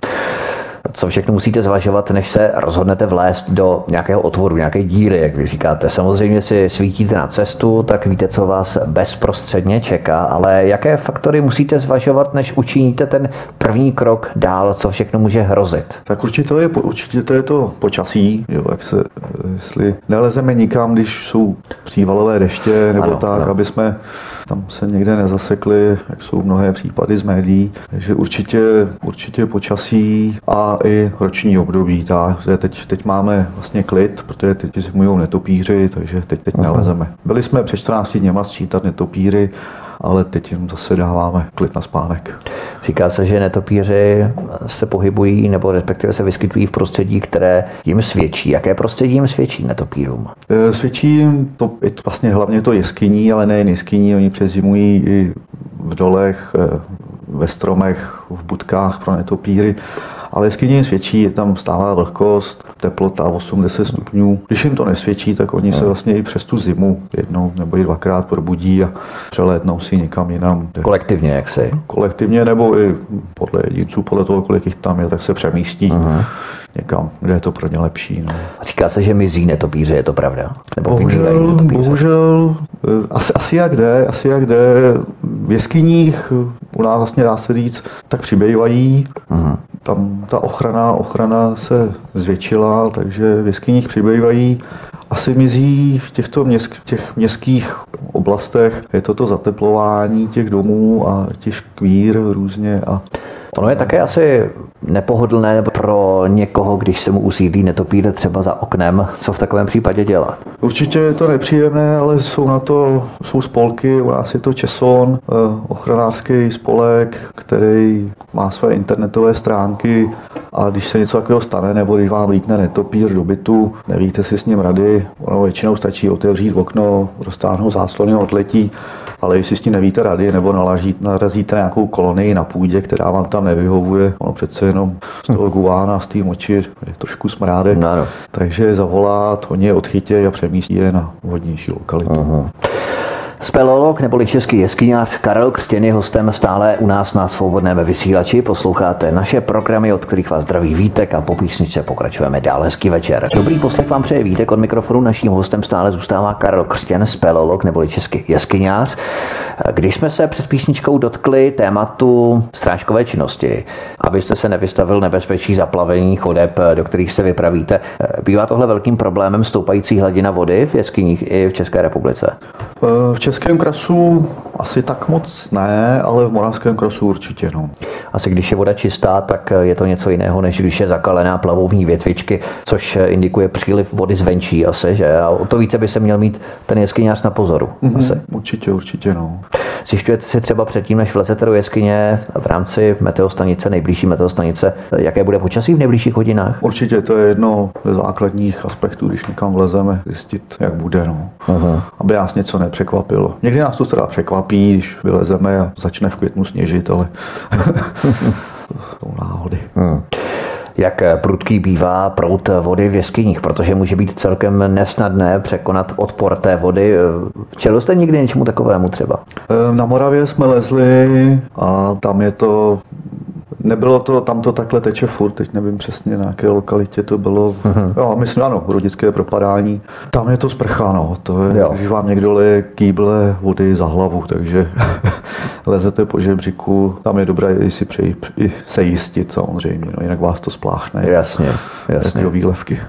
Co všechno musíte zvažovat, než se rozhodnete vlézt do nějakého otvoru, nějaké díry, jak vy říkáte. Samozřejmě si svítíte na cestu, tak víte, co vás bezprostředně čeká, ale jaké faktory musíte zvažovat, než učiníte ten první krok dál, co všechno může hrozit? Tak určitě to je, určitě to, je to počasí, jo, jak se, jestli nelezeme nikam, když jsou přívalové deště, nebo ano, tak, ano. aby jsme tam se někde nezasekli, jak jsou mnohé případy z médií. Takže určitě, určitě počasí a i roční období. Tak, teď, teď máme vlastně klid, protože teď zimují netopíři, takže teď, teď nelezeme. Byli jsme před čtrnácti dněma sčítat netopíry, ale teď jim zase dáváme klid na spánek. Říká se, že netopíři se pohybují nebo respektive se vyskytují v prostředí, které jim svědčí. Jaké prostředí jim svědčí netopírům? E, svědčí jim to, vlastně hlavně to jeskyní, ale nejen jeskyní, oni přezimují i v dolech, ve stromech, v budkách pro netopíry. Ale jeskyně jim svědčí, je tam stálá vlhkost, teplota osm deset stupňů. Když jim to nesvědčí, tak oni se vlastně i přes tu zimu jednou nebo i dvakrát probudí a přelétnou si někam jinam. Kolektivně, jak si? Kolektivně nebo i podle jedinců, podle toho, kolik jich tam je, tak se přemístí uh-huh. někam, kde je to pro ně lepší. No. A říká se, že mizí netopíři, je to pravda? Nebo bohužel, bohužel asi, asi jak jde, asi jak jde. V jeskyních u nás vlastně dá se říct, tak přibývají. Uh-huh. Tam ta ochrana, ochrana se zvětšila, takže v jeskyních přibývají. Asi mizí v těchto měst, v těch městských oblastech. Je to to zateplování těch domů a těch škvír různě. A ono je také asi nepohodlné pro někoho, když se mu usídlí netopír třeba za oknem, co v takovém případě dělat? Určitě je to nepříjemné, ale jsou na to jsou spolky, u nás je to Česon, ochranářský spolek, který má své internetové stránky a když se něco takového stane, nebo když vám lítne netopír do bytu, nevíte si s ním rady, ono většinou stačí otevřít okno, roztáhnout záclony, odletí, ale když si s tím nevíte rady, nebo nalaží, narazíte nějakou kolonii na půdě, která vám tam nevyhovuje, ono přece jenom z toho guána, z té moči je trošku smrádek, no, no. takže zavolat, oni je odchytějí a přemístí je na vhodnější lokalitu. Uh-huh. Speleolog neboli český jeskyňář Karel Křtěn je hostem stále u nás na Svobodném vysílači. Posloucháte naše programy, od kterých vás zdraví Vítek a po písničce pokračujeme dál. Hezký večer. Dobrý poslech vám přeje Vítek, od mikrofonu. Naším hostem stále zůstává Karel Křtěn, speleolog neboli český jeskyňář. Když jsme se před písničkou dotkli tématu strážkové činnosti, abyste se nevystavil nebezpečí zaplavení chodeb, do kterých se vypravíte, bývá tohle velkým problémem stoupající hladina vody v jeskyních i v České republice? V Českém krasu asi tak moc ne, ale v Moravském krasu určitě. No. Asi když je voda čistá, tak je to něco jiného, než když je zakalená, plavou v ní větvičky, což indikuje příliv vody zvenčí asi, že? A o to více by se měl mít ten jeskyňář na pozoru. Mm-hmm, asi. Určitě, určitě, no. Zjišťujete si třeba předtím, než vlezete do jeskyně v rámci meteostanice, nejbližší meteostanice, jaké bude počasí v nejbližších hodinách? Určitě, to je jedno ze základních aspektů, když někam vlezeme, zjistit, jak bude, no. Uh-huh. Aby nás něco nepřekvapilo. Někdy nás to teda překvapí, když vylezeme a začne v květnu sněžit, ale jsou náhody. Hmm. Jak prudký bývá proud vody v jeskyních, protože může být celkem nesnadné překonat odpor té vody. Čelil jste někdy něčemu takovému třeba? Na Moravě jsme lezli a tam je to Nebylo to, tam to takhle teče furt, teď nevím přesně, na jaké lokalitě to bylo. Uh-huh. Jo, myslím, ano, Rodické propadání. Tam je to sprcha, no, to je, když vám někdo leje kýble vody za hlavu, takže lezete po žebříku, tam je dobré i si přeji, i se jistit samozřejmě, no, jinak vás to spláchne. Jasně, jasně. Do výlevky.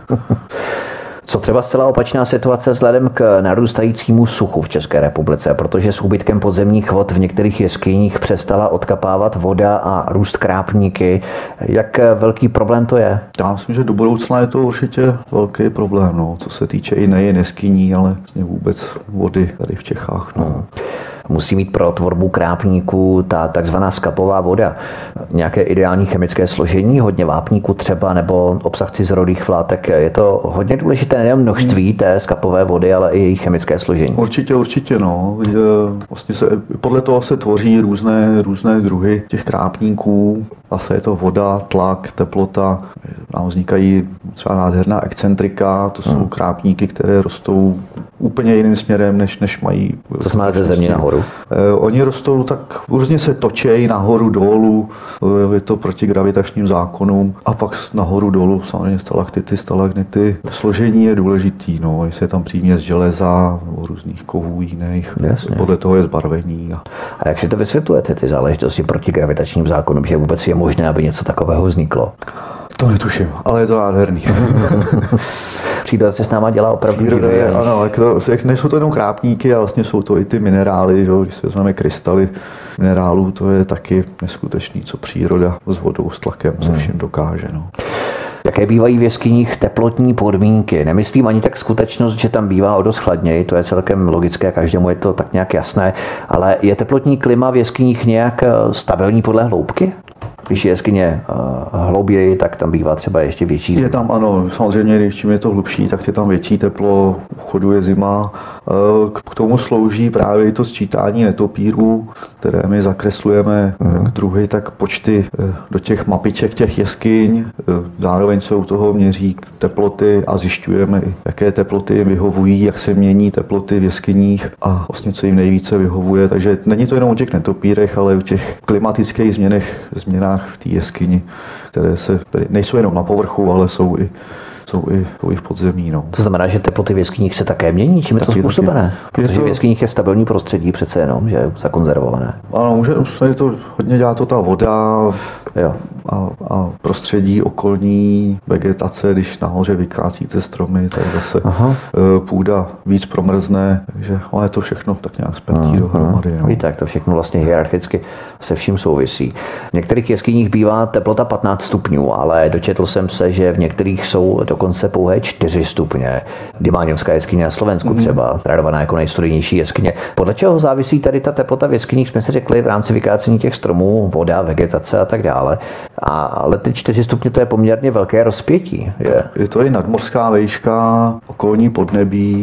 Co třeba zcela opačná situace vzhledem k narůstajícímu suchu v České republice, protože s úbytkem podzemních vod v některých jeskyních přestala odkapávat voda a růst krápníky. Jak velký problém to je? Já myslím, že do budoucna je to určitě velký problém, no, co se týče i nejen jeskyní, ale vůbec vody tady v Čechách. No. Hmm. Musí mít pro tvorbu krápníků ta takzvaná skapová voda nějaké ideální chemické složení, hodně vápníku třeba, nebo obsah cizorodých látek. Je to hodně důležité nejen množství té skapové vody, ale i její chemické složení. Určitě, určitě, no. Vlastně se, podle toho se tvoří různé, různé druhy těch krápníků. Zase je to voda, tlak, teplota. Nám vznikají třeba nádherná excentrika, to jsou hmm. krápníky, které rostou úplně jiným směrem, než, než mají. Co jsme ze země nahoru? Eh, oni rostou tak, různě se točejí nahoru, dolů, je to proti gravitačním zákonům a pak nahoru, dolů samozřejmě stalaktity, stalagnity. Složení je důležitý, no, jestli je tam příměs železa nebo různých kovů jiných, jasně. Podle toho je zbarvení. A... a jak si to vysvětlujete, ty záležitosti proti gravitačním zákonům, že vůbec je možné, aby něco takového vzniklo? To netuším, ale je to nádherný. Příroda se s náma dělá opravdu divy. Ano, jak to, jak nejsou to jenom krápníky, a vlastně jsou to i ty minerály, že? Když si vezmeme krystaly minerálů, to je taky neskutečný, co příroda s vodou, s tlakem se vším dokáže. No. Jaké bývají v jeskyních teplotní podmínky? Nemyslím ani tak skutečnost, že tam bývá o dost chladněji, to je celkem logické, každému je to tak nějak jasné, ale je teplotní klima v jeskyních nějak stabilní podle hloubky? Když je jeskyně uh, hlouběji, tak tam bývá třeba ještě větší. Je tam, ano, samozřejmě, když čím je to hlubší, tak je tam větší teplo, v chodu je zima. K tomu slouží právě to sčítání netopírů, které my zakreslujeme uh-huh. jak druhy, tak počty do těch mapiček těch jeskyň. Zároveň se u toho měří teploty a zjišťujeme, jaké teploty vyhovují, jak se mění teploty v jeskyních a vlastně co jim nejvíce vyhovuje. Takže není to jenom o těch netopírech, ale o těch klimatických změnech, změnách v té jeskyni, které se nejsou jenom na povrchu, ale jsou i jsou i, jsou i v podzemí. No. To znamená, že teploty v jeskyních se také mění? Čím je to způsobené? Protože to... v jeskyních je stabilní prostředí přece jenom, že je zakonzervované. Ano, může to hodně dělat to ta voda jo. A, a prostředí okolní, vegetace, když nahoře vykácíte stromy, tak zase Aha. půda víc promrzne, takže ale to všechno tak nějak spletí dohromady. No. Víte, jak to všechno vlastně hierarchicky se vším souvisí. V některých jeskyních bývá teplota patnáct stupňů, ale dočetl jsem se, že v některých jsou dokonce pouhé čtyři stupně. Dymáňovská jeskyně na Slovensku třeba, tradovaná jako nejstudejnější jeskyně. Podle čeho závisí tady ta teplota v jeskyních, jsme si řekli v rámci vykácení těch stromů, voda, vegetace a tak dále. A, ale ty čtyři stupně to je poměrně velké rozpětí. Je, je to i nadmořská výška, okolní podnebí.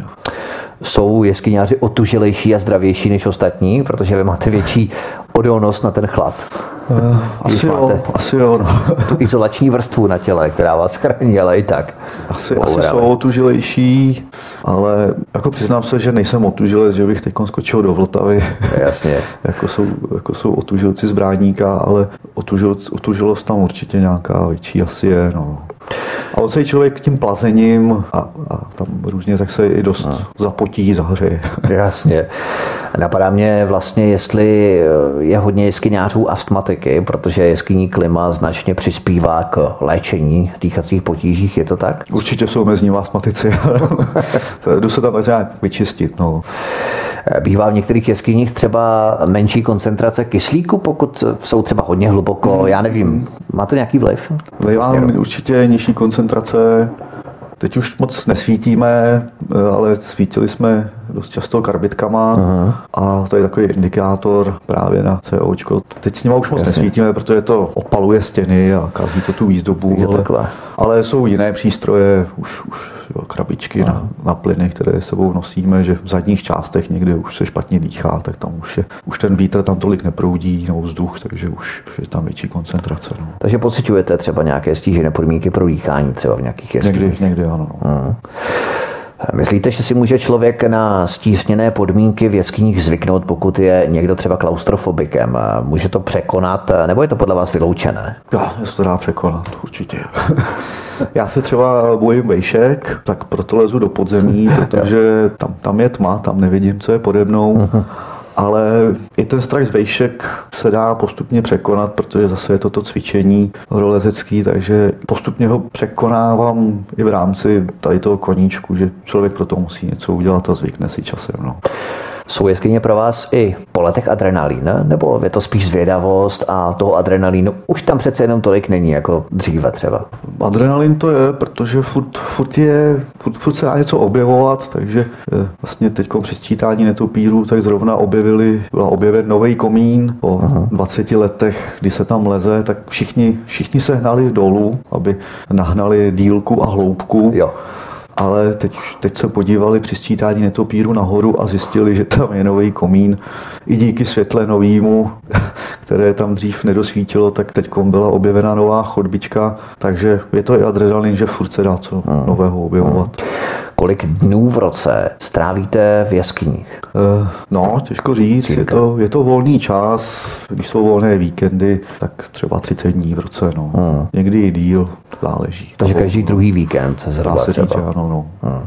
Jsou jeskyňáři otužilejší a zdravější než ostatní, protože vy máte větší odolnost na ten chlad. Uh, asi jo, asi jo. No. Tu izolační vrstvu na těle, která vás chrání, ale i tak. Asi, asi jsou otužilejší, ale jako přiznám se, že nejsem otužilec, že bych teď skočil do Vltavy. Jasně. jako, jsou, jako jsou otužilci z Brádníka, ale otužil, otužilost tam určitě nějaká větší asi je. No. A on se člověk tím plazením a, a tam různě tak se i dost no. zapotí, zahřeje. Jasně. Napadá mě vlastně, jestli je hodně jeskyňářů astmatiky, protože jeskyní klima značně přispívá k léčení dýchacích potížích, je to tak? Určitě jsou mezi nimi astmatici. Jdu se tam nějak vyčistit. No. Bývá v některých jeskyních třeba menší koncentrace kyslíku, pokud jsou třeba hodně hluboko, hmm. já nevím, má to nějaký vliv? Bývá určitě nižší koncentrace. Teď už moc nesvítíme, ale svítili jsme dost často karbitkama uh-huh. a to je takový indikátor právě na COčko. Teď s nima už moc Jasně. nesvítíme, protože to opaluje stěny a kazí to tu výzdobu, ale, ale jsou jiné přístroje, už, už jo, krabičky uh-huh. na, na plyny, které s sebou nosíme, že v zadních částech někde už se špatně dýchá, tak tam už je, už ten vítr tam tolik neproudí, no vzduch, takže už, už je tam větší koncentrace. No. Takže pociťujete třeba nějaké stížené podmínky pro dýchání třeba v nějakých jeskyních? Někdy, někdy ano. No. Uh-huh. Myslíte, že si může člověk na stísněné podmínky v jeskyních zvyknout, pokud je někdo třeba klaustrofobikem? Může to překonat, nebo je to podle vás vyloučené? Já, se to dá překonat, určitě. Já se třeba bojím vejšek, tak proto lezu do podzemí, protože tam, tam je tma, tam nevidím, co je pode mnou. Uh-huh. Ale i ten strach z vejšek se dá postupně překonat, protože zase je toto cvičení horolezecký, takže postupně ho překonávám i v rámci tady toho koníčku, že člověk pro to musí něco udělat a zvykne si časem. No. Jsou jeskyně pro vás i po letech adrenalín, nebo je to spíš zvědavost a toho adrenalínu už tam přece jenom tolik není jako dříve třeba? Adrenalin to je, protože furt, furt, je, furt, furt se dá něco objevovat, takže vlastně teď při sčítání netopírů tak zrovna objevili, byla objeven nový komín po Aha. dvaceti letech, kdy se tam leze, tak všichni, všichni se hnali dolů, aby nahnali dílku a hloubku. Jo. Ale teď, teď se podívali při sčítání netopíru nahoru a zjistili, že tam je nový komín. I díky světle novýmu, které tam dřív nedosvítilo, tak teď byla objevena nová chodbička, takže je to i adrenalin, že furt se dá co hmm. nového objevovat. Hmm. Kolik dnů v roce strávíte v jeskyních? Uh, no, těžko říct. Je to, je to volný čas. Když jsou volné víkendy, tak třeba třicet dní v roce. No. Hmm. Někdy i díl, záleží. Takže každý druhý víkend se zhruba třeba. Říct, ano, no. Hmm.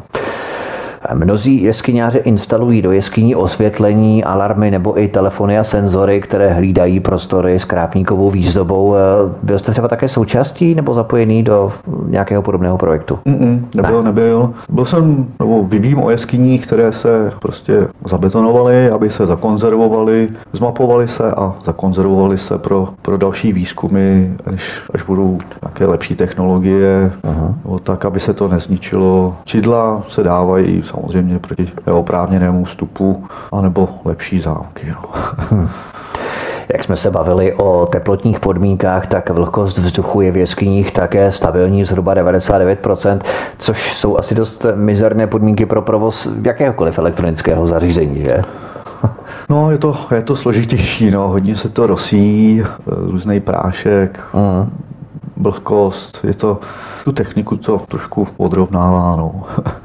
Mnozí jeskyňáři instalují do jeskyní osvětlení, alarmy nebo i telefony a senzory, které hlídají prostory s krápníkovou výzdobou. Byl jste třeba také součástí nebo zapojený do nějakého podobného projektu? Mm-mm, nebyl, ne. nebyl. Byl jsem, nebo vím o jeskyních, které se prostě zabetonovaly, aby se zakonzervovaly, zmapovaly se a zakonzervovaly se pro, pro další výzkumy, až, až budou nějaké lepší technologie, no, tak, aby se to nezničilo. Čidla se dávají samozřejmě proti neoprávněnému vstupu, anebo lepší zámky. No. Hmm. Jak jsme se bavili o teplotních podmínkách, tak vlhkost vzduchu je v jeskyních také stabilní, zhruba devadesát devět procent, což jsou asi dost mizerné podmínky pro provoz jakéhokoliv elektronického zařízení, že? No, je to, je to složitější, no, hodně se to rosí, různý prášek, mm. vlhkost, je to, tu techniku to trošku podrovnává, no.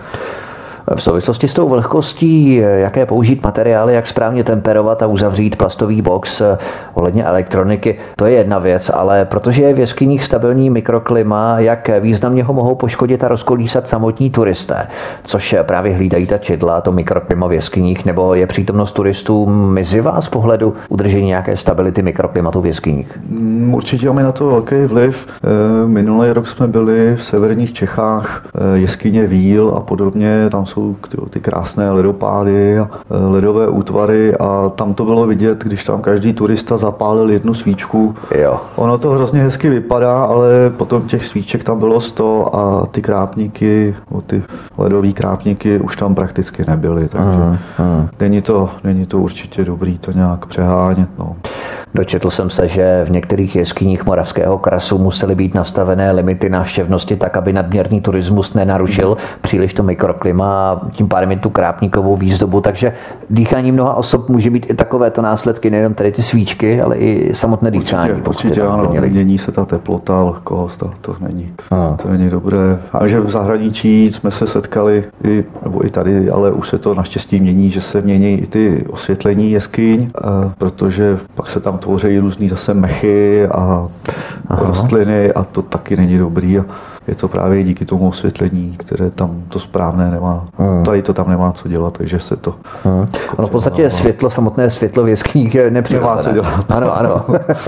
V souvislosti s tou vlhkostí, jaké použít materiály, jak správně temperovat a uzavřít plastový box ohledně elektroniky, to je jedna věc, ale protože je v jeskyních stabilní mikroklima, jak významně ho mohou poškodit a rozkolísat samotní turisté, což právě hlídají ta čidla, to mikroklima v jeskyních, nebo je přítomnost turistů mizivá z pohledu udržení nějaké stability mikroklimatu v jeskyních? Určitě máme na to velký vliv. Minulý rok jsme byli v severních Čechách, jeskyně Víl a podobně, tam jsou ty krásné ledopády a ledové útvary a tam to bylo vidět, když tam každý turista zapálil jednu svíčku. Jo. Ono to hrozně hezky vypadá, ale potom těch svíček tam bylo sto a ty krápníky, ty ledové krápníky už tam prakticky nebyly, takže mm, mm. Není, to, není to určitě dobrý to nějak přehánět. No. Dočetl jsem se, že v některých jeskyních Moravského krasu musely být nastavené limity návštěvnosti tak, aby nadměrný turismus nenarušil příliš to mikroklima a tím pádem i tu krápníkovou výzdobu, takže dýchání mnoha osob může být i takovéto následky, nejenom tady ty svíčky, ale i samotné dýchání. Určitě, určitě ano, mění se ta teplota, lehkost, to, to není, hmm. to není dobré. A že v zahraničí jsme se setkali, i, nebo i tady, ale už se to naštěstí mění, že se mění i ty osvětlení jeskyň, protože pak se tam tvoří různý zase mechy a Aha. rostliny a to taky není dobrý. A je to právě díky tomu osvětlení, které tam to správné nemá. Hmm. Tady to tam nemá co dělat, takže se to... Hmm. Ono v podstatě je světlo, samotné světlo v jeskyních je nepřirozené. Nemá co dělat. Ano, ano.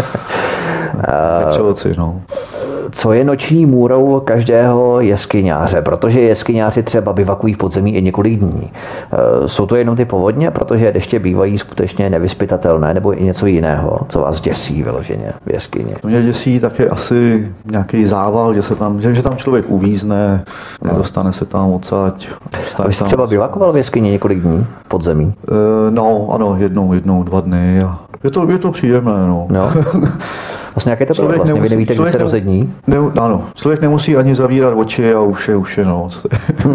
Nepřeloci, no. Co je noční můrou každého jeskyňáře, protože jeskyňáři třeba bivakují v podzemí i několik dní. Jsou to jenom ty povodně, protože deště bývají skutečně nevyzpytatelné, nebo i něco jiného, co vás děsí vyloženě v jeskyni? Mě děsí také asi nějaký zával, že se tam, že, že tam člověk uvízne, no. Nedostane se tam odsaď. A vy jste třeba bivakoval v jeskyni několik dní v podzemí? E, no, ano, jednou, jednou, dva dny. A je to, je to příjemné, no. no. Vlastně jaké to bylo vlastně? Nemusí, vy nevíte, kdy se rozední? Ne, ano, člověk nemusí ani zavírat oči a už je, už je noc.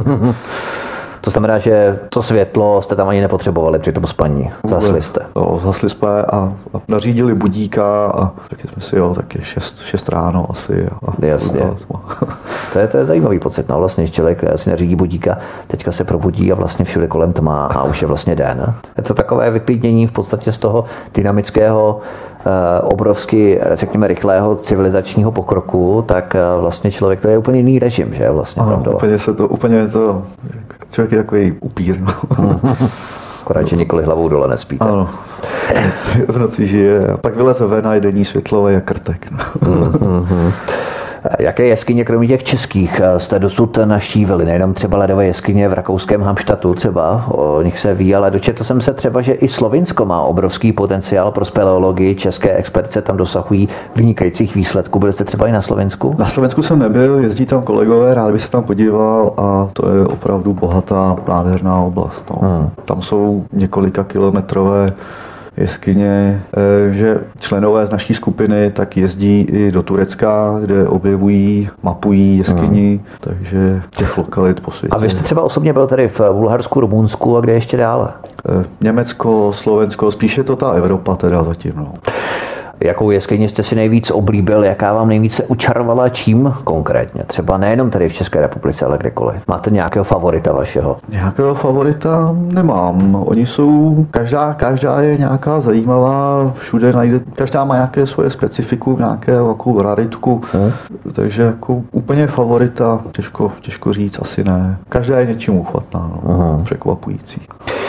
To znamená, že to světlo jste tam ani nepotřebovali při tom spaní. Zasli jste. Jo, zasli jsme a, a nařídili budíka a řekli jsme si, jo, tak je šest, šest ráno asi. A, Jasně. To je, to je zajímavý pocit. No, vlastně člověk si nařídí budíka, teďka se probudí a vlastně všude kolem tma a už je vlastně den. Je to takové vyklidnění v podstatě z toho dynamického obrovsky, řekněme, rychlého civilizačního pokroku, tak vlastně člověk, to je úplně jiný režim, že vlastně. Ano, úplně se to, úplně to, člověk je takový upír, no. Akorát, že nikoli hlavou dole nespíte. Ano, v noci žije a pak vyleze ven a je denní světlo a je krtek, no. Mm-hmm. Jaké jeskyně, kromě těch českých, jste dosud navštívili? Nejenom třeba ledové jeskyně v rakouském Hamštatu třeba, o nich se ví, ale dočetl jsem se třeba, že i Slovinsko má obrovský potenciál pro speleologii, české expedice tam dosahují vynikajících výsledků. Byli jste třeba i na Slovinsku? Na Slovensku jsem nebyl, jezdí tam kolegové, rád bych se tam podíval a to je opravdu bohatá, nádherná oblast. No. Hmm. Tam jsou několika kilometrové jeskyně, že členové z naší skupiny tak jezdí i do Turecka, kde objevují, mapují jeskyni, hmm. takže těch lokalit po světě. A vy jste třeba osobně byl tady v Bulharsku, Rumunsku a kde ještě dále? Německo, Slovensko, spíše to ta Evropa teda zatím. No. Jakou jeskyni jste si nejvíc oblíbil, jaká vám nejvíce učarovala, čím konkrétně? Třeba nejenom tady v České republice, ale kdekoliv. Máte nějakého favorita vašeho? Nějakého favorita nemám. Oni jsou, každá, každá je nějaká zajímavá, všude najde, každá má nějaké svoje specifikum, nějaké takovou raritku, hmm. takže jako úplně favorita, těžko, těžko říct, asi ne. Každá je něčím uchvatná, no. hmm. překvapující.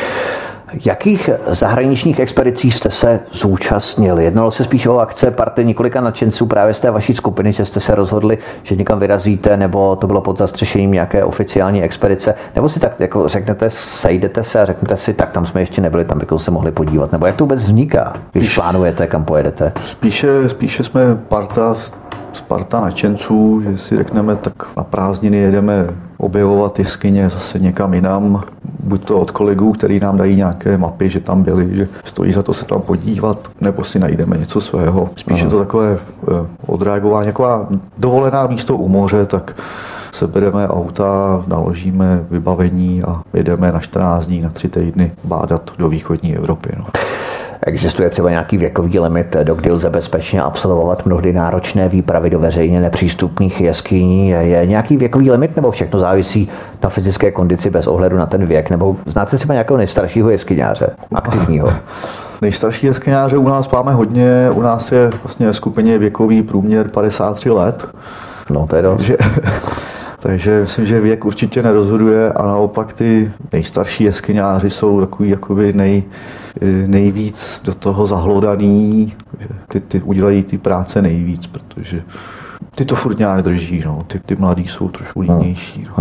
Jakých zahraničních expedicí jste se zúčastnili? Jednalo se spíš o akce party několika nadšenců právě z té vaší skupiny, že jste se rozhodli, že někam vyrazíte, nebo to bylo pod zastřešením nějaké oficiální expedice, nebo si tak jako řeknete, sejdete se a řeknete si, tak tam jsme ještě nebyli, tam bychom se mohli podívat, nebo jak to vůbec vzniká, když Spíš, plánujete, kam pojedete? Spíše, spíše jsme parta Sparta nadšenců, že si řekneme, tak na prázdniny jedeme objevovat jeskyně zase někam jinam, buď to od kolegů, který nám dají nějaké mapy, že tam byli, že stojí za to se tam podívat, nebo si najdeme něco svého. Spíš je to takové odreagování, taková dovolená místo u moře, tak sebereme auta, naložíme vybavení a jedeme na čtrnáct dní, na tři týdny bádat do východní Evropy. No. Existuje třeba nějaký věkový limit, do kdy lze bezpečně absolvovat mnohdy náročné výpravy do veřejně nepřístupných jeskyní? Je nějaký věkový limit, nebo všechno závisí na fyzické kondici bez ohledu na ten věk? Nebo znáte třeba nějakého nejstaršího jeskyňáře, aktivního? Nejstarší jeskyňáře u nás máme hodně, u nás je vlastně ve skupině věkový průměr padesát tři let. No to je dost. Takže, takže myslím, že věk určitě nerozhoduje a naopak ty nejstarší jeskyňáři jsou takový jakoby nej, nejvíc do toho zahlodaný, že ty, ty udělají ty práce nejvíc, protože ty to furt nějak drží, no. ty, ty mladí jsou trošku línější. No.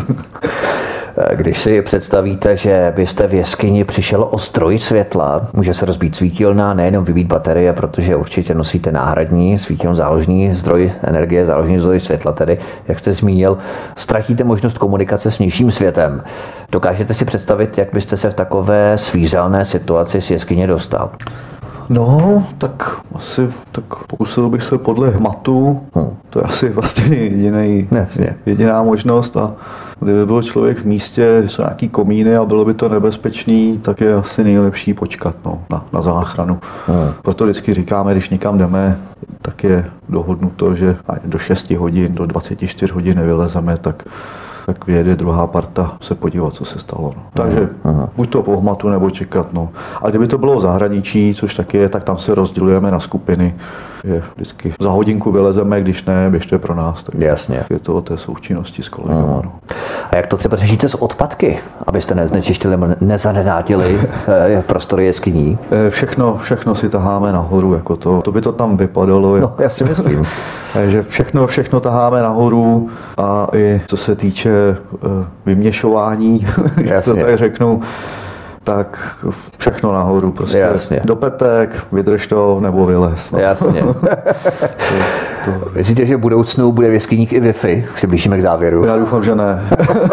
Když si představíte, že byste v jeskyni přišel o zdroj světla, může se rozbít svítilna, nejenom vybít baterie, protože určitě nosíte náhradní svítilnu, záložní zdroj energie, záložní zdroj světla, tedy, jak jste zmínil, ztratíte možnost komunikace s vnějším světem. Dokážete si představit, jak byste se v takové svízelné situaci z jeskyně dostal? No, tak asi tak pokusil bych se podle hmatu, hmm. to je asi vlastně jedinej, jediná možnost a kdyby byl člověk v místě, kde jsou nějaký komíny a bylo by to nebezpečný, tak je asi nejlepší počkat no, na, na záchranu. Hmm. Proto vždycky říkáme, když někam jdeme, tak je dohodnuto, že do šesti hodin, do dvaceti čtyř hodin nevylezeme, tak tak vyjede druhá parta se podívat, co se stalo. No. Takže aha. buď to po hmatu, nebo čekat. No. A kdyby to bylo v zahraničí, což taky je, tak tam se rozdělujeme na skupiny. Je vždycky za hodinku vylezeme, když ne, běžte pro nás. Tak jasně. Je to o té součinnosti s kolegama. No. A jak to třeba řešíte s odpadky, abyste neznečištili, nezanedátili prostory jeskyní? Všechno, všechno si taháme nahoru, jako to, to by to tam vypadalo. No, já si myslím. Takže všechno, všechno taháme nahoru a i co se týče vyměšování, jak to tak řeknu, tak všechno nahoru, prostě jasně. Do petek, vydrž to, nebo vylez. No. Jasně. to, to... Myslíte, že v budoucnu bude v jeskyních i Wi-Fi? Přiblížíme k závěru. Já doufám, že ne.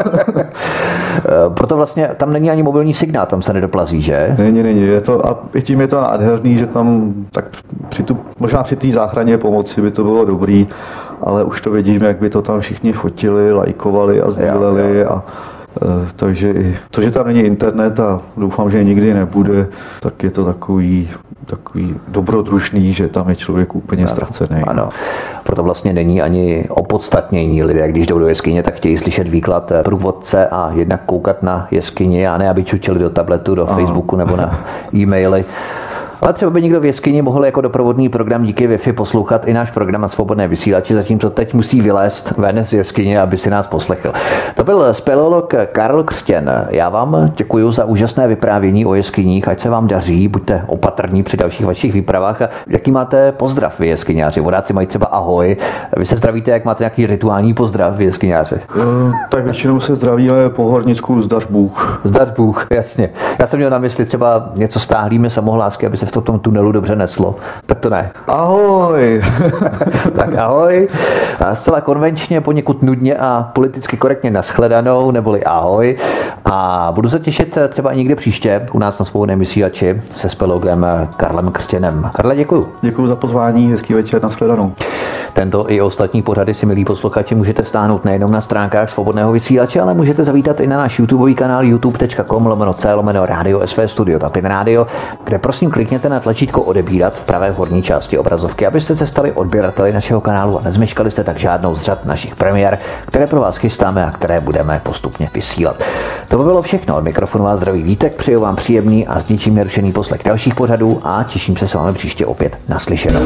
Proto vlastně tam není ani mobilní signál, tam se nedoplazí, že? Není, není. Je to, a i tím je to nádherný, že tam tak při tu, možná při té záchraně pomoci by to bylo dobrý, ale už to vidím, jak by to tam všichni fotili, lajkovali a sdíleli a takže i to, že tam není internet a doufám, že nikdy nebude, tak je to takový, takový dobrodružný, že tam je člověk úplně ano, ztracený. Ano, proto vlastně není ani opodstatnění. Lidé, když jdou do jeskyně, tak chtějí slyšet výklad průvodce a jednak koukat na jeskyni a ne, aby čučili do tabletu, do ano. Facebooku nebo na e-maily. Ale třeba by někdo v jeskyni mohl jako doprovodný program díky Wi-Fi poslouchat i náš program na Svobodné vysílači, zatímco teď musí vylézt ven z jeskyně, aby si nás poslechl. To byl speleolog Karel Křtěn. Já vám děkuji za úžasné vyprávění o jeskyních, ať se vám daří, buďte opatrní při dalších vašich výpravách. A jaký máte pozdrav vy jeskyňáři? Vodáci mají třeba ahoj. Vy se zdravíte, jak máte nějaký rituální pozdrav vy jeskyňáři? Uh, tak většinou se zdravíme po hornicku zdař Bůh. Zdař Bůh, jasně. Já jsem měl na mysli třeba něco stáhlými samohlásky, aby se v tom tunelu dobře neslo. Tak to ne. Ahoj. Tak ahoj. A zcela konvenčně, poněkud nudně a politicky korektně nashledanou, neboli ahoj. A budu se těšit třeba někde příště u nás na Svobodném vysílači se speleologem Karlem Křtěnem. Karle, děkuju. Děkuju za pozvání, hezký večer, nashledanou. Tento i ostatní pořady si, milí posluchači, můžete stáhnout nejenom na stránkách Svobodného vysílače, ale můžete zavítat i na náš YouTubeový kanál youtube tečka com lomeno c lomeno rádio es vé studio Tapin Radio, kde prosím klikněte na tlačítko odebírat v pravé horní části obrazovky, abyste se stali odběrateli našeho kanálu a nezmeškali jste tak žádnou z řad našich premiér, které pro vás chystáme a které budeme postupně vysílat. To by bylo všechno. Od mikrofonu vás zdraví Vítek, přeju vám příjemný a s ničím nerušený poslech dalších pořadů a těším se s vámi příště opět naslyšenou.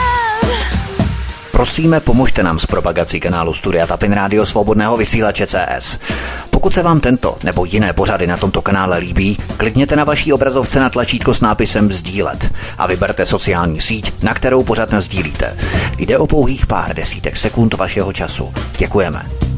Prosíme, pomožte nám s propagací kanálu Studia Tapin Radio Svobodného vysílače C S. Pokud se vám tento nebo jiné pořady na tomto kanále líbí, klikněte na vaší obrazovce na tlačítko s nápisem sdílet a vyberte sociální síť, na kterou pořad nasdílíte. Jde o pouhých pár desítek sekund vašeho času. Děkujeme.